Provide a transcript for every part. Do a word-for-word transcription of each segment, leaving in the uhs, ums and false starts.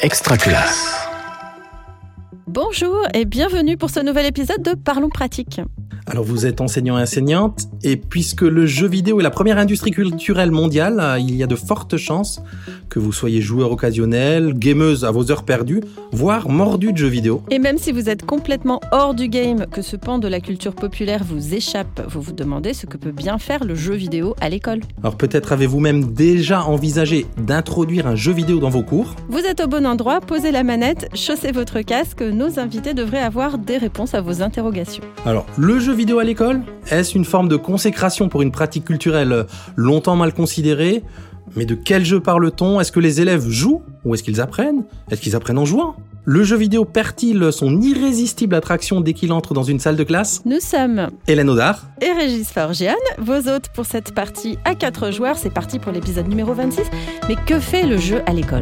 Extraculasse. Bonjour et bienvenue pour ce nouvel épisode de Parlons pratique. Alors vous êtes enseignant et enseignante, et puisque le jeu vidéo est la première industrie culturelle mondiale, il y a de fortes chances que vous soyez joueur occasionnel, gameuse à vos heures perdues, voire mordu de jeux vidéo. Et même si vous êtes complètement hors du game, que ce pan de la culture populaire vous échappe, vous vous demandez ce que peut bien faire le jeu vidéo à l'école. Alors peut-être avez-vous même déjà envisagé d'introduire un jeu vidéo dans vos cours. Vous êtes au bon endroit, posez la manette, chaussez votre casque, nos invités devraient avoir des réponses à vos interrogations. Alors, le jeu vidéo à l'école, est-ce une forme de consécration pour une pratique culturelle longtemps mal considérée ? Mais de quel jeu parle-t-on ? Est-ce que les élèves jouent ou est-ce qu'ils apprennent ? Est-ce qu'ils apprennent en jouant ? Le jeu vidéo perd-il son irrésistible attraction dès qu'il entre dans une salle de classe ? Nous sommes Hélène Audard et Régis Forgiane, vos hôtes pour cette partie à quatre joueurs. C'est parti pour l'épisode numéro vingt-six. Mais que fait le jeu à l'école ?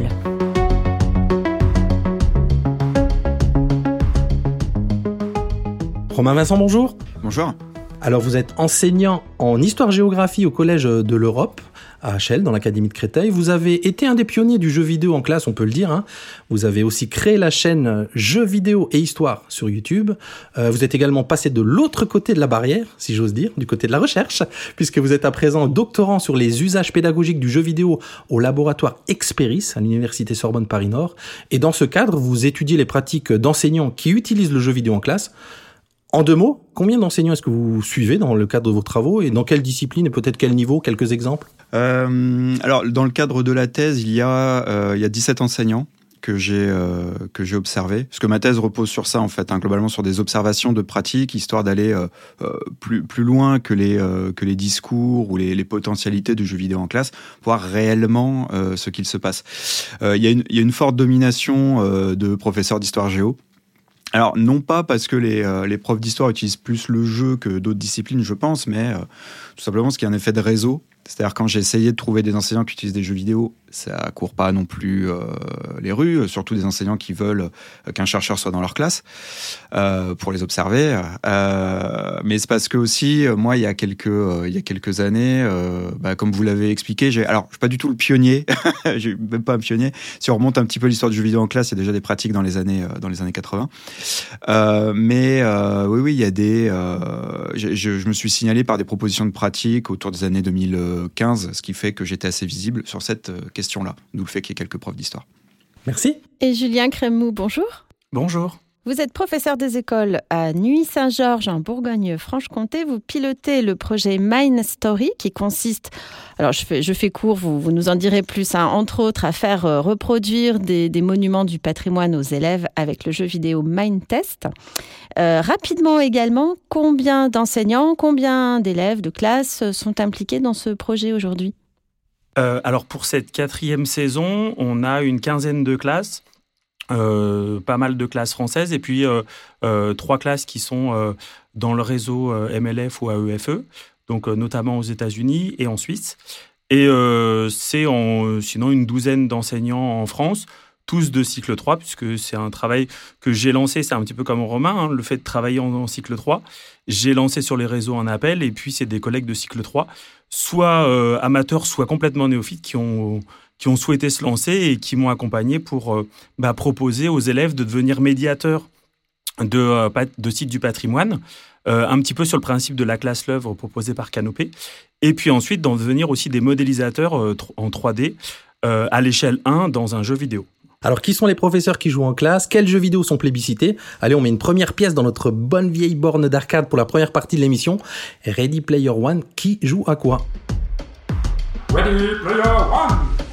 Romain Vincent, bonjour. Bonjour. Alors vous êtes enseignant en histoire-géographie au Collège de l'Europe, à Chelles, dans l'Académie de Créteil. Vous avez été un des pionniers du jeu vidéo en classe, on peut le dire. Hein. Vous avez aussi créé la chaîne Jeux vidéo et histoire sur YouTube. Euh, vous êtes également passé de l'autre côté de la barrière, si j'ose dire, du côté de la recherche, puisque vous êtes à présent doctorant sur les usages pédagogiques du jeu vidéo au laboratoire Experis à l'Université Sorbonne Paris-Nord. Et dans ce cadre, vous étudiez les pratiques d'enseignants qui utilisent le jeu vidéo en classe. En deux mots, combien d'enseignants est-ce que vous suivez dans le cadre de vos travaux et dans quelle discipline et peut-être quel niveau ? Quelques exemples ? euh, Alors, dans le cadre de la thèse, il y a, euh, il y a dix-sept enseignants que j'ai, euh, que j'ai observés. Parce que ma thèse repose sur ça, en fait, hein, globalement sur des observations de pratiques, histoire d'aller euh, euh, plus, plus loin que les, euh, que les discours ou les, les potentialités du jeu vidéo en classe, voir réellement euh, ce qu'il se passe. Euh, il y a une, il y a une forte domination euh, de professeurs d'histoire géo. Alors, non pas parce que les, euh, les profs d'histoire utilisent plus le jeu que d'autres disciplines, je pense, mais euh, tout simplement parce qu'il y a un effet de réseau. C'est-à-dire, quand j'ai essayé de trouver des enseignants qui utilisent des jeux vidéo, ça court pas non plus euh, les rues, surtout des enseignants qui veulent qu'un chercheur soit dans leur classe euh, pour les observer. Euh, mais c'est parce que aussi, moi, il y a quelques, euh, il y a quelques années, euh, bah, comme vous l'avez expliqué, j'ai, alors, je suis pas du tout le pionnier, je suis même pas un pionnier. Si on remonte un petit peu l'histoire du jeu vidéo en classe, il y a déjà des pratiques dans les années, euh, dans les années quatre-vingts. Euh, mais euh, oui, oui, il y a des. Euh, je, je, je me suis signalé par des propositions de pratiques autour des années deux mille quinze, ce qui fait que j'étais assez visible sur cette question-là, d'où le fait qu'il y ait quelques profs d'histoire. Merci. Et Julien Crémou, bonjour. Bonjour. Vous êtes professeur des écoles à Nuits-Saint-Georges en Bourgogne-Franche-Comté. Vous pilotez le projet Mind Story qui consiste, alors je fais, je fais court, vous, vous nous en direz plus, hein, entre autres à faire euh, reproduire des, des monuments du patrimoine aux élèves avec le jeu vidéo Mind Test. Euh, rapidement également, combien d'enseignants, combien d'élèves de classe sont impliqués dans ce projet aujourd'hui ? euh, Alors pour cette quatrième saison, on a une quinzaine de classes. Euh, pas mal de classes françaises et puis euh, euh, trois classes qui sont euh, dans le réseau euh, M L F ou A E F E, donc euh, notamment aux États-Unis et en Suisse. Et euh, c'est en, sinon une douzaine d'enseignants en France, tous de cycle trois, puisque c'est un travail que j'ai lancé, c'est un petit peu comme Romain, hein, le fait de travailler en, en cycle trois. J'ai lancé sur les réseaux un appel et puis c'est des collègues de cycle trois, soit euh, amateurs, soit complètement néophytes qui ont... qui ont souhaité se lancer et qui m'ont accompagné pour euh, bah, proposer aux élèves de devenir médiateurs de, euh, de sites du patrimoine, euh, un petit peu sur le principe de la classe l'œuvre proposée par Canopé, et puis ensuite d'en devenir aussi des modélisateurs euh, en trois D euh, à l'échelle un dans un jeu vidéo. Alors, qui sont les professeurs qui jouent en classe ? Quels jeux vidéo sont plébiscités ? Allez, on met une première pièce dans notre bonne vieille borne d'arcade pour la première partie de l'émission. Ready Player One, qui joue à quoi ? Ready Player One.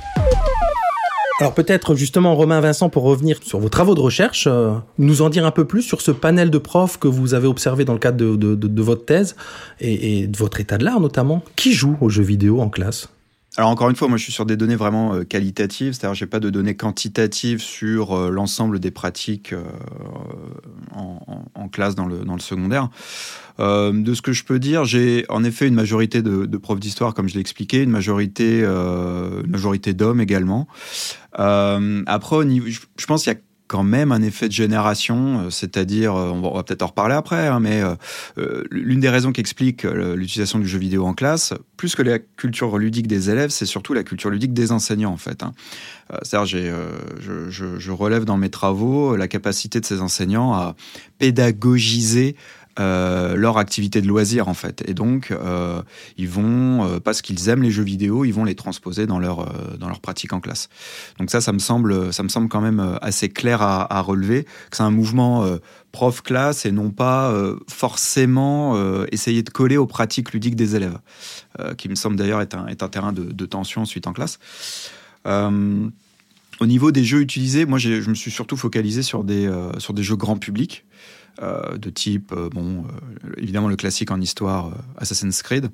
Alors peut-être justement, Romain Vincent, pour revenir sur vos travaux de recherche, euh, nous en dire un peu plus sur ce panel de profs que vous avez observé dans le cadre de, de, de, de votre thèse et, et de votre état de l'art notamment. Qui joue aux jeux vidéo en classe ? Alors encore une fois, moi je suis sur des données vraiment euh, qualitatives, c'est-à-dire j'ai pas de données quantitatives sur euh, l'ensemble des pratiques euh, en, en, en classe dans le, dans le secondaire. Euh, de ce que je peux dire, j'ai en effet une majorité de, de profs d'histoire, comme je l'ai expliqué, une majorité, euh, une majorité d'hommes également. Euh, après, au niveau, je, je pense qu'il y a quand même un effet de génération, c'est-à-dire, on va, on va peut-être en reparler après, hein, mais euh, l'une des raisons qui explique l'utilisation du jeu vidéo en classe, plus que la culture ludique des élèves, c'est surtout la culture ludique des enseignants, en fait. Hein. Euh, c'est-à-dire, j'ai, euh, je, je, je relève dans mes travaux la capacité de ces enseignants à pédagogiser Euh, leur activité de loisir en fait, et donc euh, ils vont euh, parce qu'ils aiment les jeux vidéo, ils vont les transposer dans leur euh, dans leur pratique en classe. Donc ça, ça me semble ça me semble quand même assez clair à, à relever, que c'est un mouvement euh, prof-classe et non pas euh, forcément euh, essayer de coller aux pratiques ludiques des élèves, euh, qui me semble d'ailleurs être un, être un terrain de, de tension ensuite en classe. Euh, au niveau des jeux utilisés, moi j'ai, je me suis surtout focalisé sur des euh, sur des jeux grand public. Euh, de type, euh, bon, euh, évidemment le classique en histoire, euh, Assassin's Creed,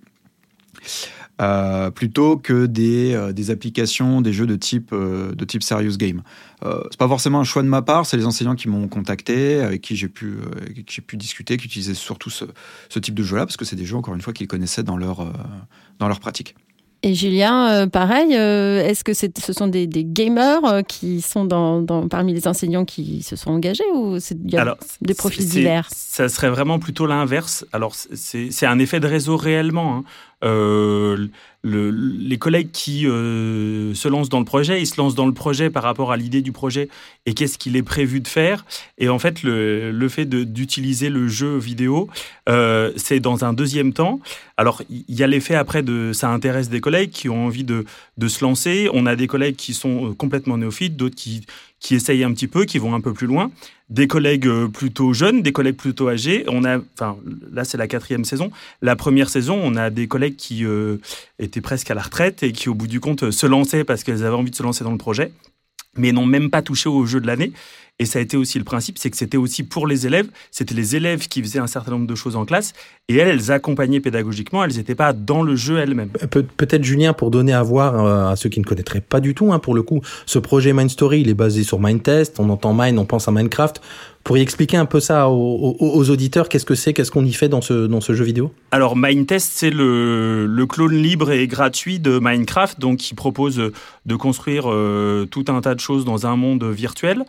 euh, plutôt que des, euh, des applications, des jeux de type, euh, de type serious game. Euh, c'est pas forcément un choix de ma part, c'est les enseignants qui m'ont contacté, avec qui j'ai pu, euh, avec qui j'ai pu discuter, qui utilisaient surtout ce, ce type de jeu-là, parce que c'est des jeux, encore une fois, qu'ils connaissaient dans leur, euh, dans leur pratique. Et Julien, euh, pareil, euh, est-ce que c'est, ce sont des, des gamers euh, qui sont dans, dans, parmi les enseignants qui se sont engagés, ou il y a Alors, des profils divers? Ça serait vraiment plutôt l'inverse. Alors, c'est, c'est un effet de réseau réellement. Hein. Euh, le, les collègues qui euh, se lancent dans le projet, ils se lancent dans le projet par rapport à l'idée du projet et qu'est-ce qu'il est prévu de faire. Et en fait, le, le fait de, d'utiliser le jeu vidéo, euh, c'est dans un deuxième temps. Alors, il y a l'effet après de ça intéresse des collègues qui ont envie de, de se lancer. On a des collègues qui sont complètement néophytes, d'autres qui, qui essayent un petit peu, qui vont un peu plus loin. Des collègues plutôt jeunes, des collègues plutôt âgés. On a, enfin, là, c'est la quatrième saison. La première saison, on a des collègues qui euh, étaient presque à la retraite et qui, au bout du compte, se lançaient parce qu'elles avaient envie de se lancer dans le projet, mais n'ont même pas touché au jeu de l'année. Et ça a été aussi le principe, c'est que c'était aussi pour les élèves. C'était les élèves qui faisaient un certain nombre de choses en classe. Et elles, elles accompagnaient pédagogiquement. Elles n'étaient pas dans le jeu elles-mêmes. Pe- peut-être, Julien, pour donner à voir euh, à ceux qui ne connaîtraient pas du tout, hein, pour le coup, ce projet MindStory, il est basé sur Mindtest. On entend Mind, on pense à Minecraft. Vous pourriez expliquer un peu ça aux, aux, aux auditeurs? Qu'est-ce que c'est? Qu'est-ce qu'on y fait dans ce, dans ce jeu vidéo? Alors, Mindtest, c'est le, le clone libre et gratuit de Minecraft, donc qui propose de construire euh, tout un tas de choses dans un monde virtuel.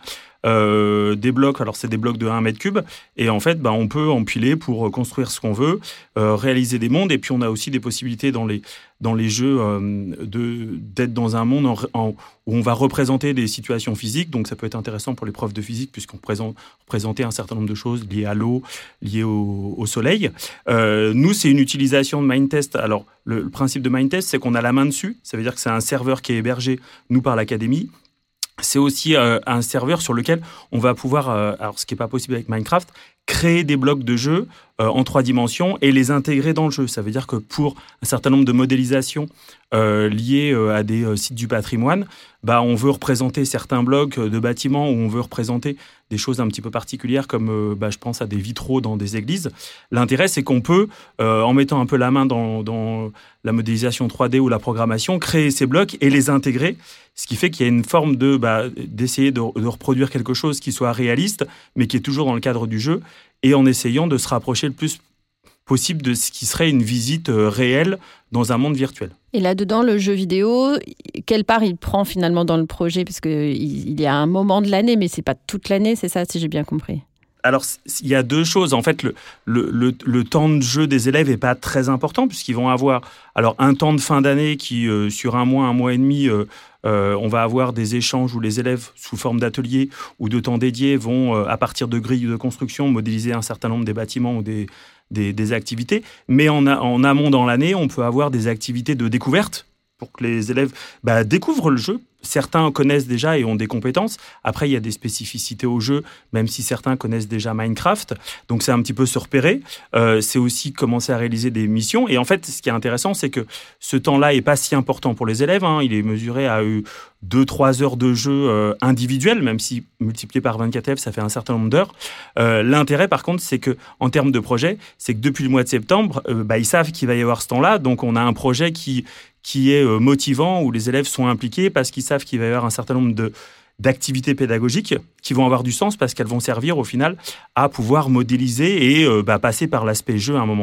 Euh, des blocs, alors c'est des blocs de un mètre cube, et en fait, bah, on peut empiler pour construire ce qu'on veut, euh, réaliser des mondes, et puis on a aussi des possibilités dans les, dans les jeux euh, de, d'être dans un monde en, en, où on va représenter des situations physiques, donc ça peut être intéressant pour les profs de physique, puisqu'on présente, représentait un certain nombre de choses liées à l'eau, liées au, au soleil. Euh, nous, c'est une utilisation de Mindtest. Alors, le, le principe de Mindtest, c'est qu'on a la main dessus, ça veut dire que c'est un serveur qui est hébergé, nous, par l'académie. C'est aussi euh, un serveur sur lequel on va pouvoir, euh, alors ce qui n'est pas possible avec Minecraft, créer des blocs de jeu euh, en trois dimensions et les intégrer dans le jeu. Ça veut dire que pour un certain nombre de modélisations euh, liées euh, à des euh, sites du patrimoine, bah, on veut représenter certains blocs de bâtiments ou on veut représenter des choses un petit peu particulières comme, euh, bah, je pense à des vitraux dans des églises. L'intérêt, c'est qu'on peut, euh, en mettant un peu la main dans, dans la modélisation trois D ou la programmation, créer ces blocs et les intégrer, ce qui fait qu'il y a une forme de, bah, d'essayer de, de reproduire quelque chose qui soit réaliste, mais qui est toujours dans le cadre du jeu, et en essayant de se rapprocher le plus possible de ce qui serait une visite réelle dans un monde virtuel. Et là-dedans, le jeu vidéo, quelle part il prend finalement dans le projet? Parce qu'il il y a un moment de l'année, mais c'est pas toute l'année, c'est ça, si j'ai bien compris? Alors, il y a deux choses. En fait, le, le, le, le temps de jeu des élèves n'est pas très important, puisqu'ils vont avoir alors, un temps de fin d'année qui, euh, sur un mois, un mois et demi, euh, euh, on va avoir des échanges où les élèves, sous forme d'ateliers ou de temps dédiés, vont, euh, à partir de grilles de construction, modéliser un certain nombre des bâtiments ou des, des, des activités. Mais en, a, en amont dans l'année, on peut avoir des activités de découverte pour que les élèves bah, découvrent le jeu. Certains connaissent déjà et ont des compétences. Après, il y a des spécificités au jeu, même si certains connaissent déjà Minecraft. Donc, c'est un petit peu se repérer. Euh, c'est aussi commencer à réaliser des missions. Et en fait, ce qui est intéressant, c'est que ce temps-là n'est pas si important pour les élèves. Hein. Il est mesuré à deux trois heures de jeu euh, individuel, même si multiplié par vingt-quatre élèves, ça fait un certain nombre d'heures. Euh, l'intérêt, par contre, c'est qu'en termes de projet, c'est que depuis le mois de septembre, euh, bah, ils savent qu'il va y avoir ce temps-là. Donc, on a un projet qui... qui est motivant, où les élèves sont impliqués parce qu'ils savent qu'il va y avoir un certain nombre de, d'activités pédagogiques qui vont avoir du sens parce qu'elles vont servir au final à pouvoir modéliser et euh, bah, passer par l'aspect jeu à un moment donné.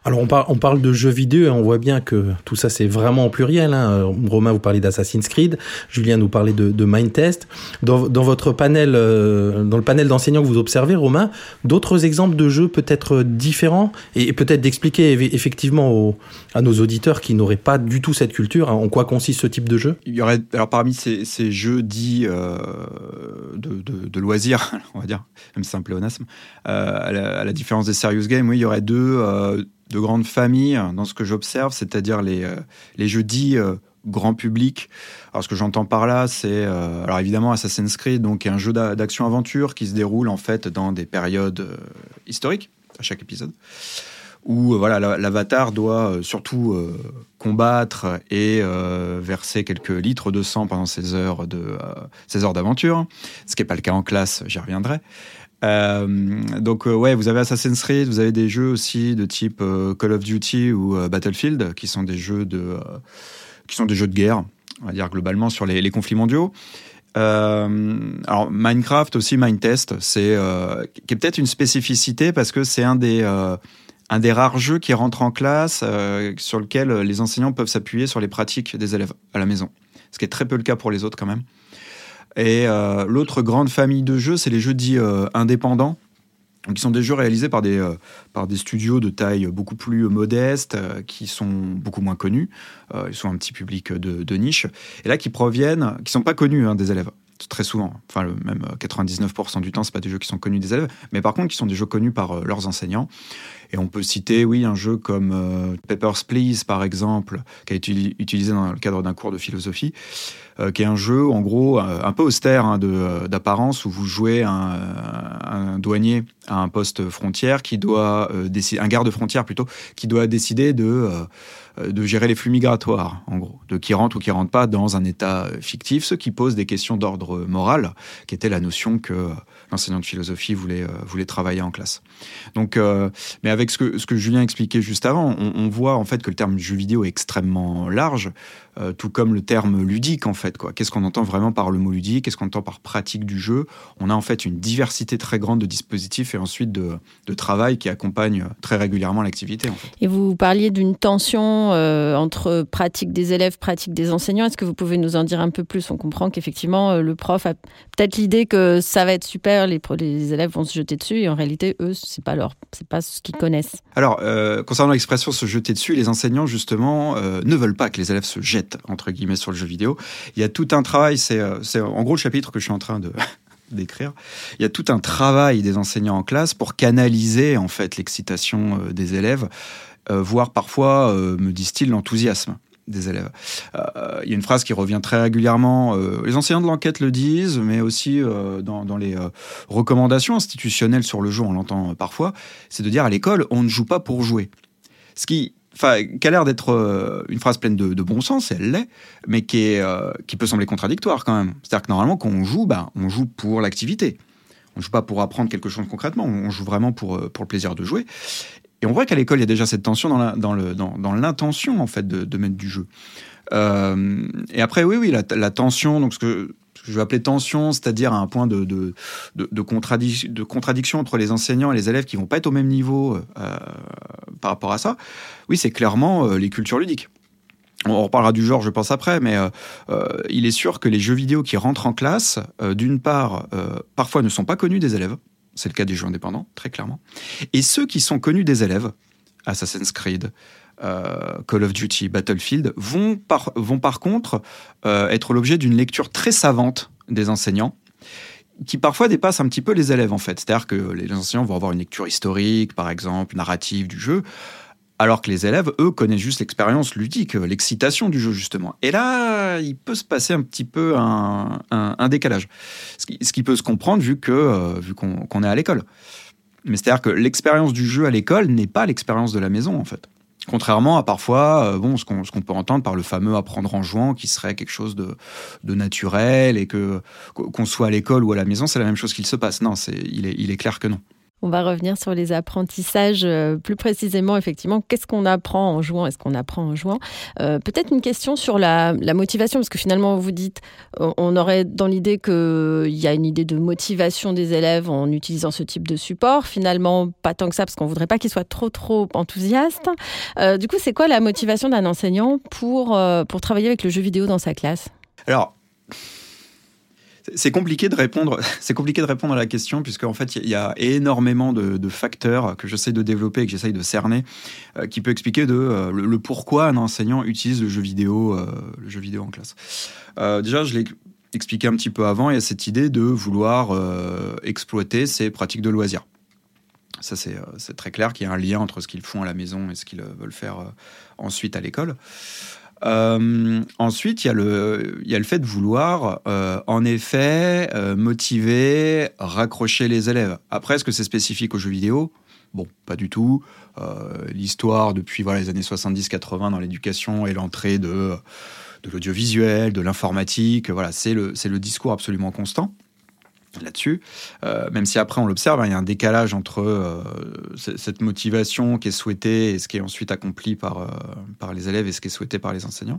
Alors on, par, on parle de jeux vidéo et on voit bien que tout ça c'est vraiment en pluriel. Hein. Romain, vous parlez d'Assassin's Creed, Julien nous parlait de, de Mindtest. Dans, dans votre panel, euh, dans le panel d'enseignants que vous observez, Romain, d'autres exemples de jeux peut-être différents et, et peut-être d'expliquer effectivement aux, à nos auditeurs qui n'auraient pas du tout cette culture, hein, en quoi consiste ce type de jeu. Il y aurait, alors parmi ces, ces jeux dits euh, de, de, de loisirs, on va dire, même si c'est un pléonasme, euh, à, la, à la différence des serious games, oui, il y aurait deux euh, de grandes familles dans ce que j'observe, c'est-à-dire les, euh, les jeux dits euh, grand public. Alors ce que j'entends par là, c'est euh, alors évidemment Assassin's Creed, donc un jeu d'a- d'action-aventure qui se déroule en fait dans des périodes euh, historiques à chaque épisode, où euh, voilà la, l'avatar doit euh, surtout euh, combattre et euh, verser quelques litres de sang pendant ses heures de euh, ses heures d'aventure, ce qui n'est pas le cas en classe, j'y reviendrai. Euh, donc euh, ouais, vous avez Assassin's Creed, vous avez des jeux aussi de type euh, Call of Duty ou euh, Battlefield, qui sont des jeux de euh, qui sont des jeux de guerre, on va dire globalement sur les, les conflits mondiaux. Euh, alors Minecraft aussi, Mindtest, c'est euh, qui est peut-être une spécificité parce que c'est un des euh, un des rares jeux qui rentre en classe euh, sur lequel les enseignants peuvent s'appuyer sur les pratiques des élèves à la maison, ce qui est très peu le cas pour les autres quand même. Et euh, l'autre grande famille de jeux, c'est les jeux dits euh, indépendants, qui sont des jeux réalisés par des, euh, par des studios de taille beaucoup plus modeste, euh, qui sont beaucoup moins connus. Euh, ils sont un petit public de, de niche. Et là, qui proviennent, qui ne sont pas connus hein, des élèves, très souvent. Enfin, le, même quatre-vingt-dix-neuf pour cent du temps, ce pas des jeux qui sont connus des élèves, mais par contre, qui sont des jeux connus par euh, leurs enseignants. Et on peut citer, oui, un jeu comme euh, Papers, Please, par exemple, qui a été utilisé dans le cadre d'un cours de philosophie, euh, qui est un jeu, en gros, euh, un peu austère hein, de, d'apparence, où vous jouez un, un douanier à un poste frontière qui doit euh, décider, un garde frontière plutôt, qui doit décider de euh, de gérer les flux migratoires, en gros, de qui rentre ou qui rentre pas dans un état fictif, ce qui pose des questions d'ordre moral, qui était la notion que euh, l'enseignant de philosophie voulait euh, voulait travailler en classe. Donc, euh, mais avec ce que ce que Julien expliquait juste avant, on, on voit en fait que le terme jeu vidéo est extrêmement large, euh, tout comme le terme ludique en fait. Quoi. Qu'est-ce qu'on entend vraiment par le mot ludique ? Qu'est-ce qu'on entend par pratique du jeu ? On a en fait une diversité très grande de dispositifs et ensuite de, de travail qui accompagne très régulièrement l'activité. En fait. Et vous parliez d'une tension euh, entre pratique des élèves, pratique des enseignants. Est-ce que vous pouvez nous en dire un peu plus ? On comprend qu'effectivement, euh, le prof a peut-être l'idée que ça va être super, les, les élèves vont se jeter dessus, et en réalité, eux, c'est pas leur, c'est pas ce qu'ils connaissent. Alors, euh, concernant l'expression se jeter dessus, les enseignants, justement, euh, ne veulent pas que les élèves se jettent, entre guillemets, sur le jeu vidéo. Il y a tout un travail, c'est, c'est en gros le chapitre que je suis en train de... d'écrire. Il y a tout un travail des enseignants en classe pour canaliser en fait l'excitation euh, des élèves, euh, voire parfois, euh, me disent-ils, l'enthousiasme des élèves. Euh, il y a une phrase qui revient très régulièrement, euh, les enseignants de l'enquête le disent, mais aussi euh, dans, dans les euh, recommandations institutionnelles sur le jeu, on l'entend euh, parfois, c'est de dire à l'école, on ne joue pas pour jouer. Ce qui... Enfin, qui a l'air d'être euh, une phrase pleine de, de bon sens, et elle l'est, mais qui, est, euh, qui peut sembler contradictoire quand même. C'est-à-dire que normalement, quand on joue, bah, on joue pour l'activité. On ne joue pas pour apprendre quelque chose concrètement, on joue vraiment pour, pour le plaisir de jouer. Et on voit qu'à l'école, il y a déjà cette tension dans, la, dans, le, dans, dans l'intention en fait, de, de mettre du jeu. Euh, et après, oui, oui, la, la tension, donc ce que... je vais appeler tension, c'est-à-dire à un point de, de, de, de, contradic- de contradiction entre les enseignants et les élèves qui ne vont pas être au même niveau euh, par rapport à ça. Oui, c'est clairement euh, les cultures ludiques. On reparlera du genre, je pense, après, mais euh, euh, il est sûr que les jeux vidéo qui rentrent en classe, euh, d'une part, euh, parfois ne sont pas connus des élèves. C'est le cas des jeux indépendants, très clairement. Et ceux qui sont connus des élèves, Assassin's Creed, Euh, Call of Duty, Battlefield, vont par, vont par contre euh, être l'objet d'une lecture très savante des enseignants, qui parfois dépasse un petit peu les élèves en fait. C'est-à-dire que les enseignants vont avoir une lecture historique, par exemple, narrative du jeu, alors que les élèves, eux, connaissent juste l'expérience ludique, l'excitation du jeu justement. Et là, il peut se passer un petit peu un, un, un décalage, ce qui, ce qui peut se comprendre vu, que, euh, vu qu'on, qu'on est à l'école. Mais c'est-à-dire que l'expérience du jeu à l'école n'est pas l'expérience de la maison en fait. Contrairement à parfois euh, bon, ce, qu'on, ce qu'on peut entendre par le fameux apprendre en jouant, qui serait quelque chose de, de naturel, et que qu'on soit à l'école ou à la maison, c'est la même chose qu'il se passe. Non, c'est, il, est, il est clair que non. On va revenir sur les apprentissages euh, plus précisément, effectivement. Qu'est-ce qu'on apprend en jouant ? Est-ce qu'on apprend en jouant ? euh, Peut-être une question sur la, la motivation, parce que finalement, vous dites, on aurait dans l'idée qu'il y a une idée de motivation des élèves en utilisant ce type de support. Finalement, pas tant que ça, parce qu'on ne voudrait pas qu'ils soient trop, trop enthousiastes. Euh, du coup, c'est quoi la motivation d'un enseignant pour, euh, pour travailler avec le jeu vidéo dans sa classe ? Alors... C'est compliqué de répondre. C'est compliqué de répondre à la question puisque en fait il y a énormément de, de facteurs que j'essaie de développer et que j'essaie de cerner, euh, qui peut expliquer de euh, le, le pourquoi un enseignant utilise le jeu vidéo, euh, le jeu vidéo en classe. Euh, déjà, je l'ai expliqué un petit peu avant. Il y a cette idée de vouloir euh, exploiter ses pratiques de loisirs. Ça, c'est, euh, c'est très clair qu'il y a un lien entre ce qu'ils font à la maison et ce qu'ils veulent faire euh, ensuite à l'école. Euh, ensuite, il y a le, il y a le fait de vouloir, euh, en effet, euh, motiver, raccrocher les élèves. Après, est-ce que c'est spécifique aux jeux vidéo ? Bon, pas du tout. Euh, l'histoire, depuis voilà, les années soixante-dix quatre-vingts dans l'éducation et l'entrée de, de l'audiovisuel, de l'informatique, voilà, c'est le, c'est le discours absolument constant là-dessus, euh, même si après on l'observe, hein, il y a un décalage entre euh, c- cette motivation qui est souhaitée et ce qui est ensuite accompli par, euh, par les élèves et ce qui est souhaité par les enseignants.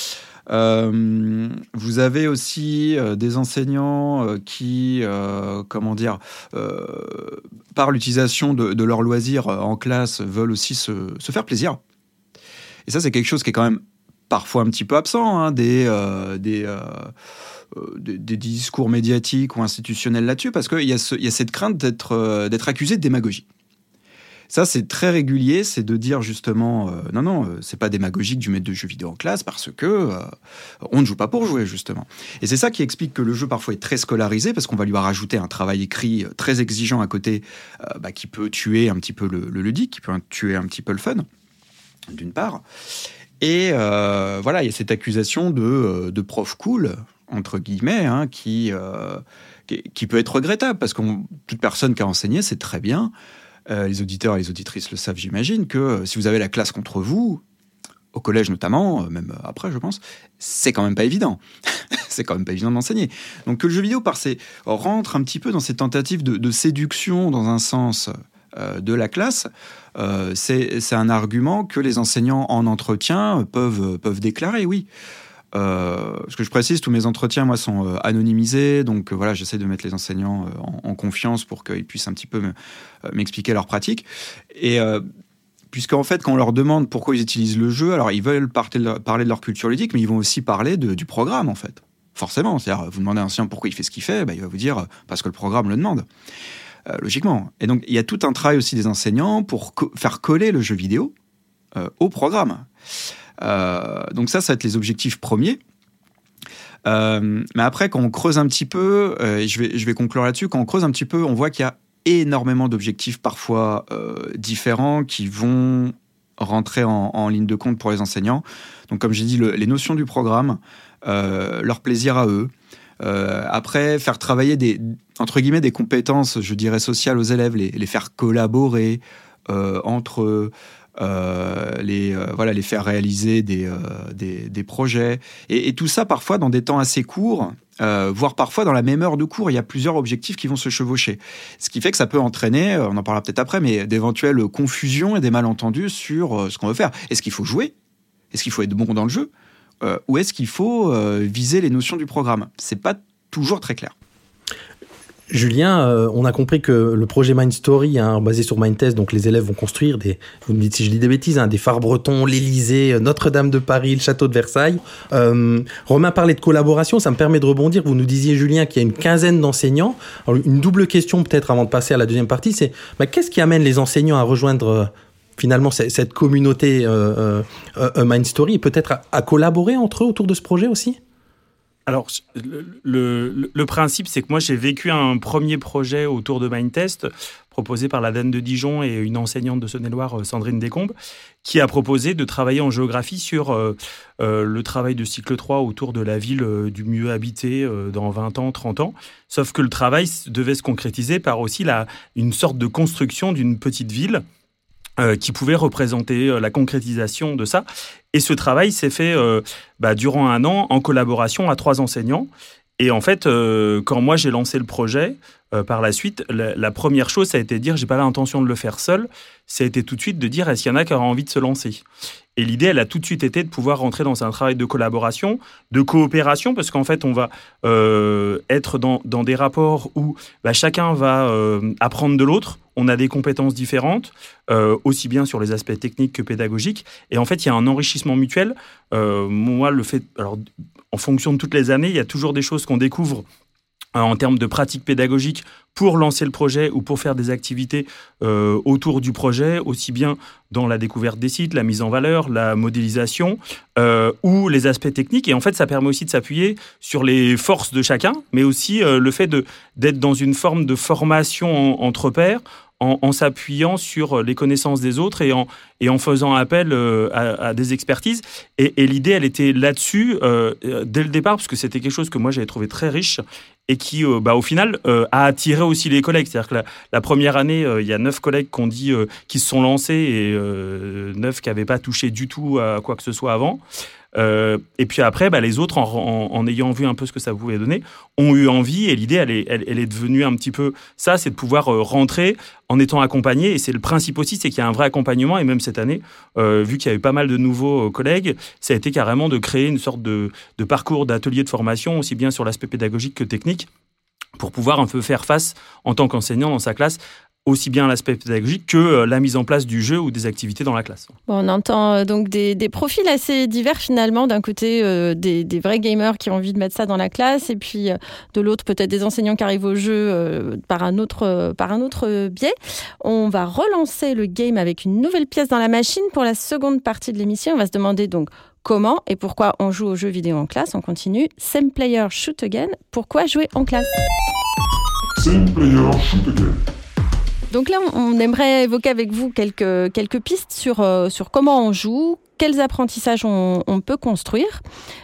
Euh, vous avez aussi euh, des enseignants euh, qui, euh, comment dire, euh, par l'utilisation de, de leurs loisirs en classe, veulent aussi se, se faire plaisir. Et ça, c'est quelque chose qui est quand même parfois un petit peu absent, hein, des... Euh, des euh, Des, des discours médiatiques ou institutionnels là-dessus, parce qu'il y a, ce, il y a cette crainte d'être, euh, d'être accusé de démagogie. Ça, c'est très régulier, c'est de dire justement, euh, non, non, euh, c'est pas démagogique du maître de jeux vidéo en classe, parce que euh, on ne joue pas pour jouer, justement. Et c'est ça qui explique que le jeu, parfois, est très scolarisé, parce qu'on va lui rajouter un travail écrit très exigeant à côté, euh, bah, qui peut tuer un petit peu le, le ludique, qui peut tuer un petit peu le fun, d'une part. Et euh, voilà, il y a cette accusation de, de prof cool, entre guillemets, hein, qui, euh, qui, qui peut être regrettable, parce que toute personne qui a enseigné sait très bien, euh, les auditeurs et les auditrices le savent, j'imagine, que euh, si vous avez la classe contre vous, au collège notamment, euh, même après, je pense, c'est quand même pas évident. C'est quand même pas évident d'enseigner. Donc que le jeu vidéo, par ses, rentre un petit peu dans ces tentatives de, de séduction, dans un sens... de la classe, euh, c'est, c'est un argument que les enseignants en entretien peuvent, peuvent déclarer, oui. Euh, ce que je précise, tous mes entretiens, moi, sont euh, anonymisés, donc euh, voilà, j'essaie de mettre les enseignants euh, en, en confiance pour qu'ils puissent un petit peu me, euh, m'expliquer leurs pratiques. Et euh, puisqu'en fait, quand on leur demande pourquoi ils utilisent le jeu, alors ils veulent parler de leur, parler de leur culture ludique, mais ils vont aussi parler de, du programme, en fait. Forcément, c'est-à-dire, vous demandez à un enseignant pourquoi il fait ce qu'il fait, bah, il va vous dire euh, parce que le programme le demande. Euh, logiquement. Et donc, il y a tout un travail aussi des enseignants pour co- faire coller le jeu vidéo euh, au programme. Euh, donc ça, ça va être les objectifs premiers. Euh, mais après, quand on creuse un petit peu, euh, et je vais, je vais conclure là-dessus, quand on creuse un petit peu, on voit qu'il y a énormément d'objectifs parfois euh, différents qui vont rentrer en, en ligne de compte pour les enseignants. Donc, comme j'ai dit, le, les notions du programme, euh, leur plaisir à eux, Euh, après, faire travailler des, entre guillemets, des compétences, je dirais, sociales aux élèves, les, les faire collaborer euh, entre eux, euh, les, euh, voilà, les faire réaliser des, euh, des, des projets. Et, et tout ça, parfois, dans des temps assez courts, euh, voire parfois dans la même heure de cours, il y a plusieurs objectifs qui vont se chevaucher. Ce qui fait que ça peut entraîner, on en parlera peut-être après, mais d'éventuelles confusions et des malentendus sur euh, ce qu'on veut faire. Est-ce qu'il faut jouer ? Est-ce qu'il faut être bon dans le jeu ? Euh, ou est-ce qu'il faut euh, viser les notions du programme ? C'est pas toujours très clair. Julien, euh, on a compris que le projet Mind Story, hein, basé sur Mindtest, donc les élèves vont construire des, vous me dites si je dis des bêtises, hein, des phares bretons, l'Élysée, Notre-Dame de Paris, le château de Versailles. Euh, Romain parlait de collaboration, ça me permet de rebondir. Vous nous disiez, Julien, qu'il y a une quinzaine d'enseignants. Alors, une double question peut-être avant de passer à la deuxième partie, c'est bah, qu'est-ce qui amène les enseignants à rejoindre euh, finalement cette communauté euh, euh, Mind Story et peut-être à, à collaborer entre eux autour de ce projet aussi ? Alors, le, le, le principe, c'est que moi, j'ai vécu un premier projet autour de Mindtest, proposé par la D A N de Dijon et une enseignante de Saône-et-Loire, Sandrine Descombes, qui a proposé de travailler en géographie sur euh, euh, le travail de cycle trois autour de la ville euh, du mieux habité euh, dans vingt ans, trente ans. Sauf que le travail devait se concrétiser par aussi la, une sorte de construction d'une petite ville Euh, qui pouvait représenter euh, la concrétisation de ça. Et ce travail s'est fait euh, bah, durant un an en collaboration à trois enseignants. Et en fait, euh, quand moi j'ai lancé le projet, euh, par la suite, la, la première chose, ça a été de dire, j'ai pas l'intention de le faire seul. Ça a été tout de suite de dire, est-ce qu'il y en a qui auraient envie de se lancer ? Et l'idée, elle a tout de suite été de pouvoir rentrer dans un travail de collaboration, de coopération, parce qu'en fait, on va euh, être dans, dans des rapports où bah, chacun va euh, apprendre de l'autre. On a des compétences différentes, euh, aussi bien sur les aspects techniques que pédagogiques. Et en fait, il y a un enrichissement mutuel. Euh, moi, le fait, alors, en fonction de toutes les années, il y a toujours des choses qu'on découvre en termes de pratiques pédagogiques pour lancer le projet ou pour faire des activités euh, autour du projet, aussi bien dans la découverte des sites, la mise en valeur, la modélisation euh, ou les aspects techniques. Et en fait, ça permet aussi de s'appuyer sur les forces de chacun, mais aussi euh, le fait de, d'être dans une forme de formation en, entre pairs, en, en s'appuyant sur les connaissances des autres et en, et en faisant appel euh, à, à des expertises. Et, et l'idée, elle était là-dessus euh, dès le départ, parce que c'était quelque chose que moi, j'avais trouvé très riche et qui, euh, bah, au final, euh, a attiré aussi les collègues. C'est-à-dire que la, la première année, euh, il y a neuf collègues qui ont dit, euh, qui se sont lancés et euh, neuf qui n'avaient pas touché du tout à quoi que ce soit avant. Euh, et puis après, bah, les autres, en, en, en ayant vu un peu ce que ça pouvait donner, ont eu envie. Et l'idée, elle est, elle, elle est devenue un petit peu ça, c'est de pouvoir euh, rentrer en étant accompagné. Et c'est le principe aussi, c'est qu'il y a un vrai accompagnement. Et même cette année, euh, vu qu'il y a eu pas mal de nouveaux euh, collègues, ça a été carrément de créer une sorte de, de parcours d'atelier de formation, aussi bien sur l'aspect pédagogique que technique, pour pouvoir un peu faire face, en tant qu'enseignant dans sa classe, aussi bien l'aspect pédagogique que la mise en place du jeu ou des activités dans la classe. Bon, on entend donc des, des profils assez divers finalement. D'un côté, euh, des, des vrais gamers qui ont envie de mettre ça dans la classe, et puis euh, de l'autre, peut-être des enseignants qui arrivent au jeu euh, par un autre, euh, par un autre biais. On va relancer le game avec une nouvelle pièce dans la machine pour la seconde partie de l'émission. On va se demander donc comment et pourquoi on joue aux jeux vidéo en classe. On continue. Same player, shoot again. Pourquoi jouer en classe ? Same player, shoot again. Donc là, on aimerait évoquer avec vous quelques, quelques pistes sur, euh, sur comment on joue, quels apprentissages on, on peut construire.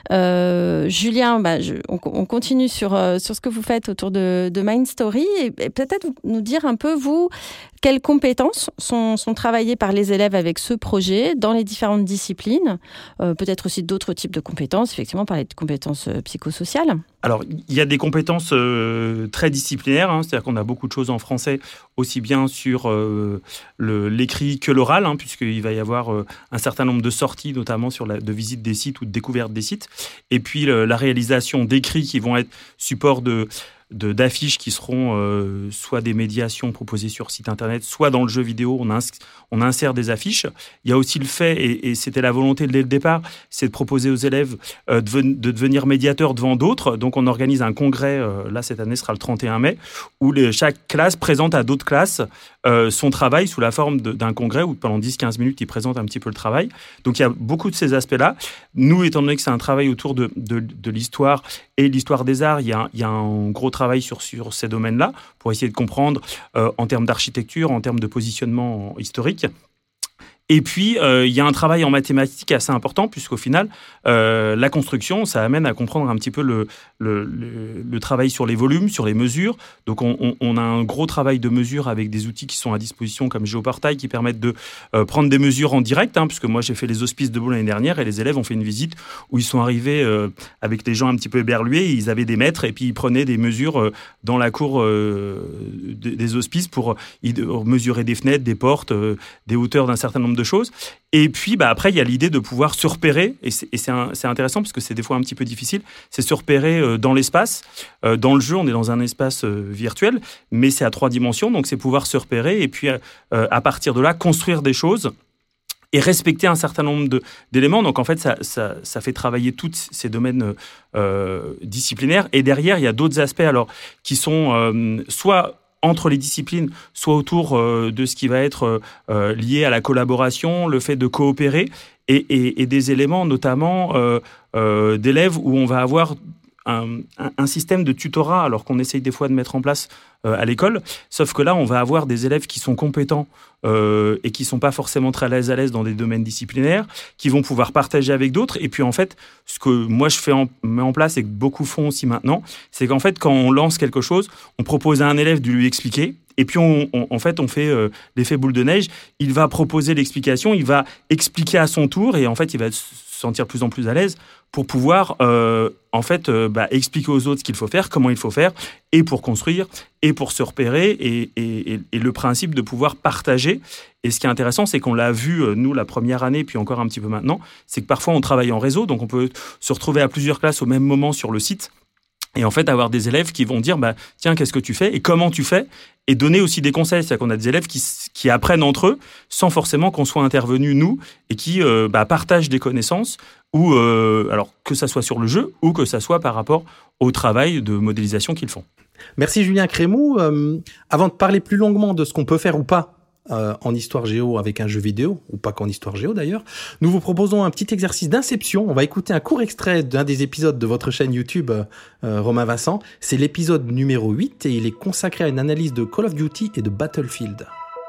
Euh, Julien, bah, je, on, on continue sur, euh, sur ce que vous faites autour de, de Mind Story et, et peut-être nous dire un peu, vous, quelles compétences sont, sont travaillées par les élèves avec ce projet dans les différentes disciplines. Euh, peut-être aussi d'autres types de compétences, effectivement, parler de compétences euh, psychosociales. Alors, il y a des compétences euh, très disciplinaires, hein, c'est-à-dire qu'on a beaucoup de choses en français, aussi bien sur euh, le, l'écrit que l'oral, hein, puisqu'il va y avoir euh, un certain nombre de sorties, notamment sur la de visite des sites ou de découverte des sites, et puis le, la réalisation d'écrits qui vont être support de... De, d'affiches qui seront euh, soit des médiations proposées sur site internet, soit dans le jeu vidéo, on, ins- on insère des affiches. Il y a aussi le fait, et, et c'était la volonté dès le départ, c'est de proposer aux élèves euh, de, ven- de devenir médiateurs devant d'autres. Donc on organise un congrès, euh, là cette année sera le trente et un mai, où les, chaque classe présente à d'autres classes euh, son travail sous la forme de, d'un congrès où pendant dix à quinze minutes, ils présentent un petit peu le travail. Donc il y a beaucoup de ces aspects-là. Nous, étant donné que c'est un travail autour de, de, de l'histoire et l'histoire des arts, il y a, il y a un gros travail travail sur, sur ces domaines-là pour essayer de comprendre euh, en termes d'architecture, en termes de positionnement historique. Et puis, euh, il y a un travail en mathématiques assez important, puisqu'au final, euh, la construction, ça amène à comprendre un petit peu le, le, le, le travail sur les volumes, sur les mesures. Donc, on, on, on a un gros travail de mesure avec des outils qui sont à disposition, comme Géoportail, qui permettent de euh, prendre des mesures en direct, hein, puisque moi, j'ai fait les hospices de Beau l'année dernière, et les élèves ont fait une visite où ils sont arrivés euh, avec des gens un petit peu éberlués, et ils avaient des mètres, et puis ils prenaient des mesures euh, dans la cour euh, des, des hospices pour euh, mesurer des fenêtres, des portes, euh, des hauteurs d'un certain nombre de choses. Et puis, bah, après, il y a l'idée de pouvoir se repérer, et c'est, et c'est, un, c'est intéressant parce que c'est des fois un petit peu difficile, c'est se repérer euh, dans l'espace. Euh, dans le jeu, on est dans un espace euh, virtuel, mais c'est à trois dimensions, donc c'est pouvoir se repérer et puis, euh, à partir de là, construire des choses et respecter un certain nombre de, d'éléments. Donc, en fait, ça, ça, ça fait travailler tous ces domaines euh, disciplinaires. Et derrière, il y a d'autres aspects alors, qui sont euh, soit entre les disciplines, soit autour euh, de ce qui va être euh, lié à la collaboration, le fait de coopérer, et, et, et des éléments notamment euh, euh, d'élèves où on va avoir un, un, un système de tutorat, alors qu'on essaye des fois de mettre en place euh, à l'école, sauf que là, on va avoir des élèves qui sont compétents euh, et qui ne sont pas forcément très à l'aise, à l'aise dans des domaines disciplinaires, qui vont pouvoir partager avec d'autres. Et puis en fait, ce que moi je fais en, mets en place et que beaucoup font aussi maintenant, c'est qu'en fait, quand on lance quelque chose, on propose à un élève de lui expliquer. Et puis, on, on, en fait, on fait euh, l'effet boule de neige. Il va proposer l'explication, il va expliquer à son tour, et en fait, il va sentir de plus en plus à l'aise pour pouvoir euh, en fait euh, bah, expliquer aux autres ce qu'il faut faire, comment il faut faire, et pour construire, et pour se repérer, et, et, et, et le principe de pouvoir partager. Et ce qui est intéressant, c'est qu'on l'a vu, euh, nous, la première année, puis encore un petit peu maintenant, c'est que parfois on travaille en réseau, donc on peut se retrouver à plusieurs classes au même moment sur le site, et en fait avoir des élèves qui vont dire bah, « Tiens, qu'est-ce que tu fais et comment tu fais ?» et donner aussi des conseils. C'est-à-dire qu'on a des élèves qui, qui apprennent entre eux sans forcément qu'on soit intervenus, nous, et qui euh, bah, partagent des connaissances, ou, euh, alors, que ça soit sur le jeu ou que ça soit par rapport au travail de modélisation qu'ils font. Merci Julien Crémou. Euh, avant de parler plus longuement de ce qu'on peut faire ou pas Euh, en histoire géo avec un jeu vidéo, ou pas qu'en histoire géo d'ailleurs, nous vous proposons un petit exercice d'inception. On va écouter un court extrait d'un des épisodes de votre chaîne YouTube, euh, Romain Vincent. C'est l'épisode numéro huit et il est consacré à une analyse de Call of Duty et de Battlefield.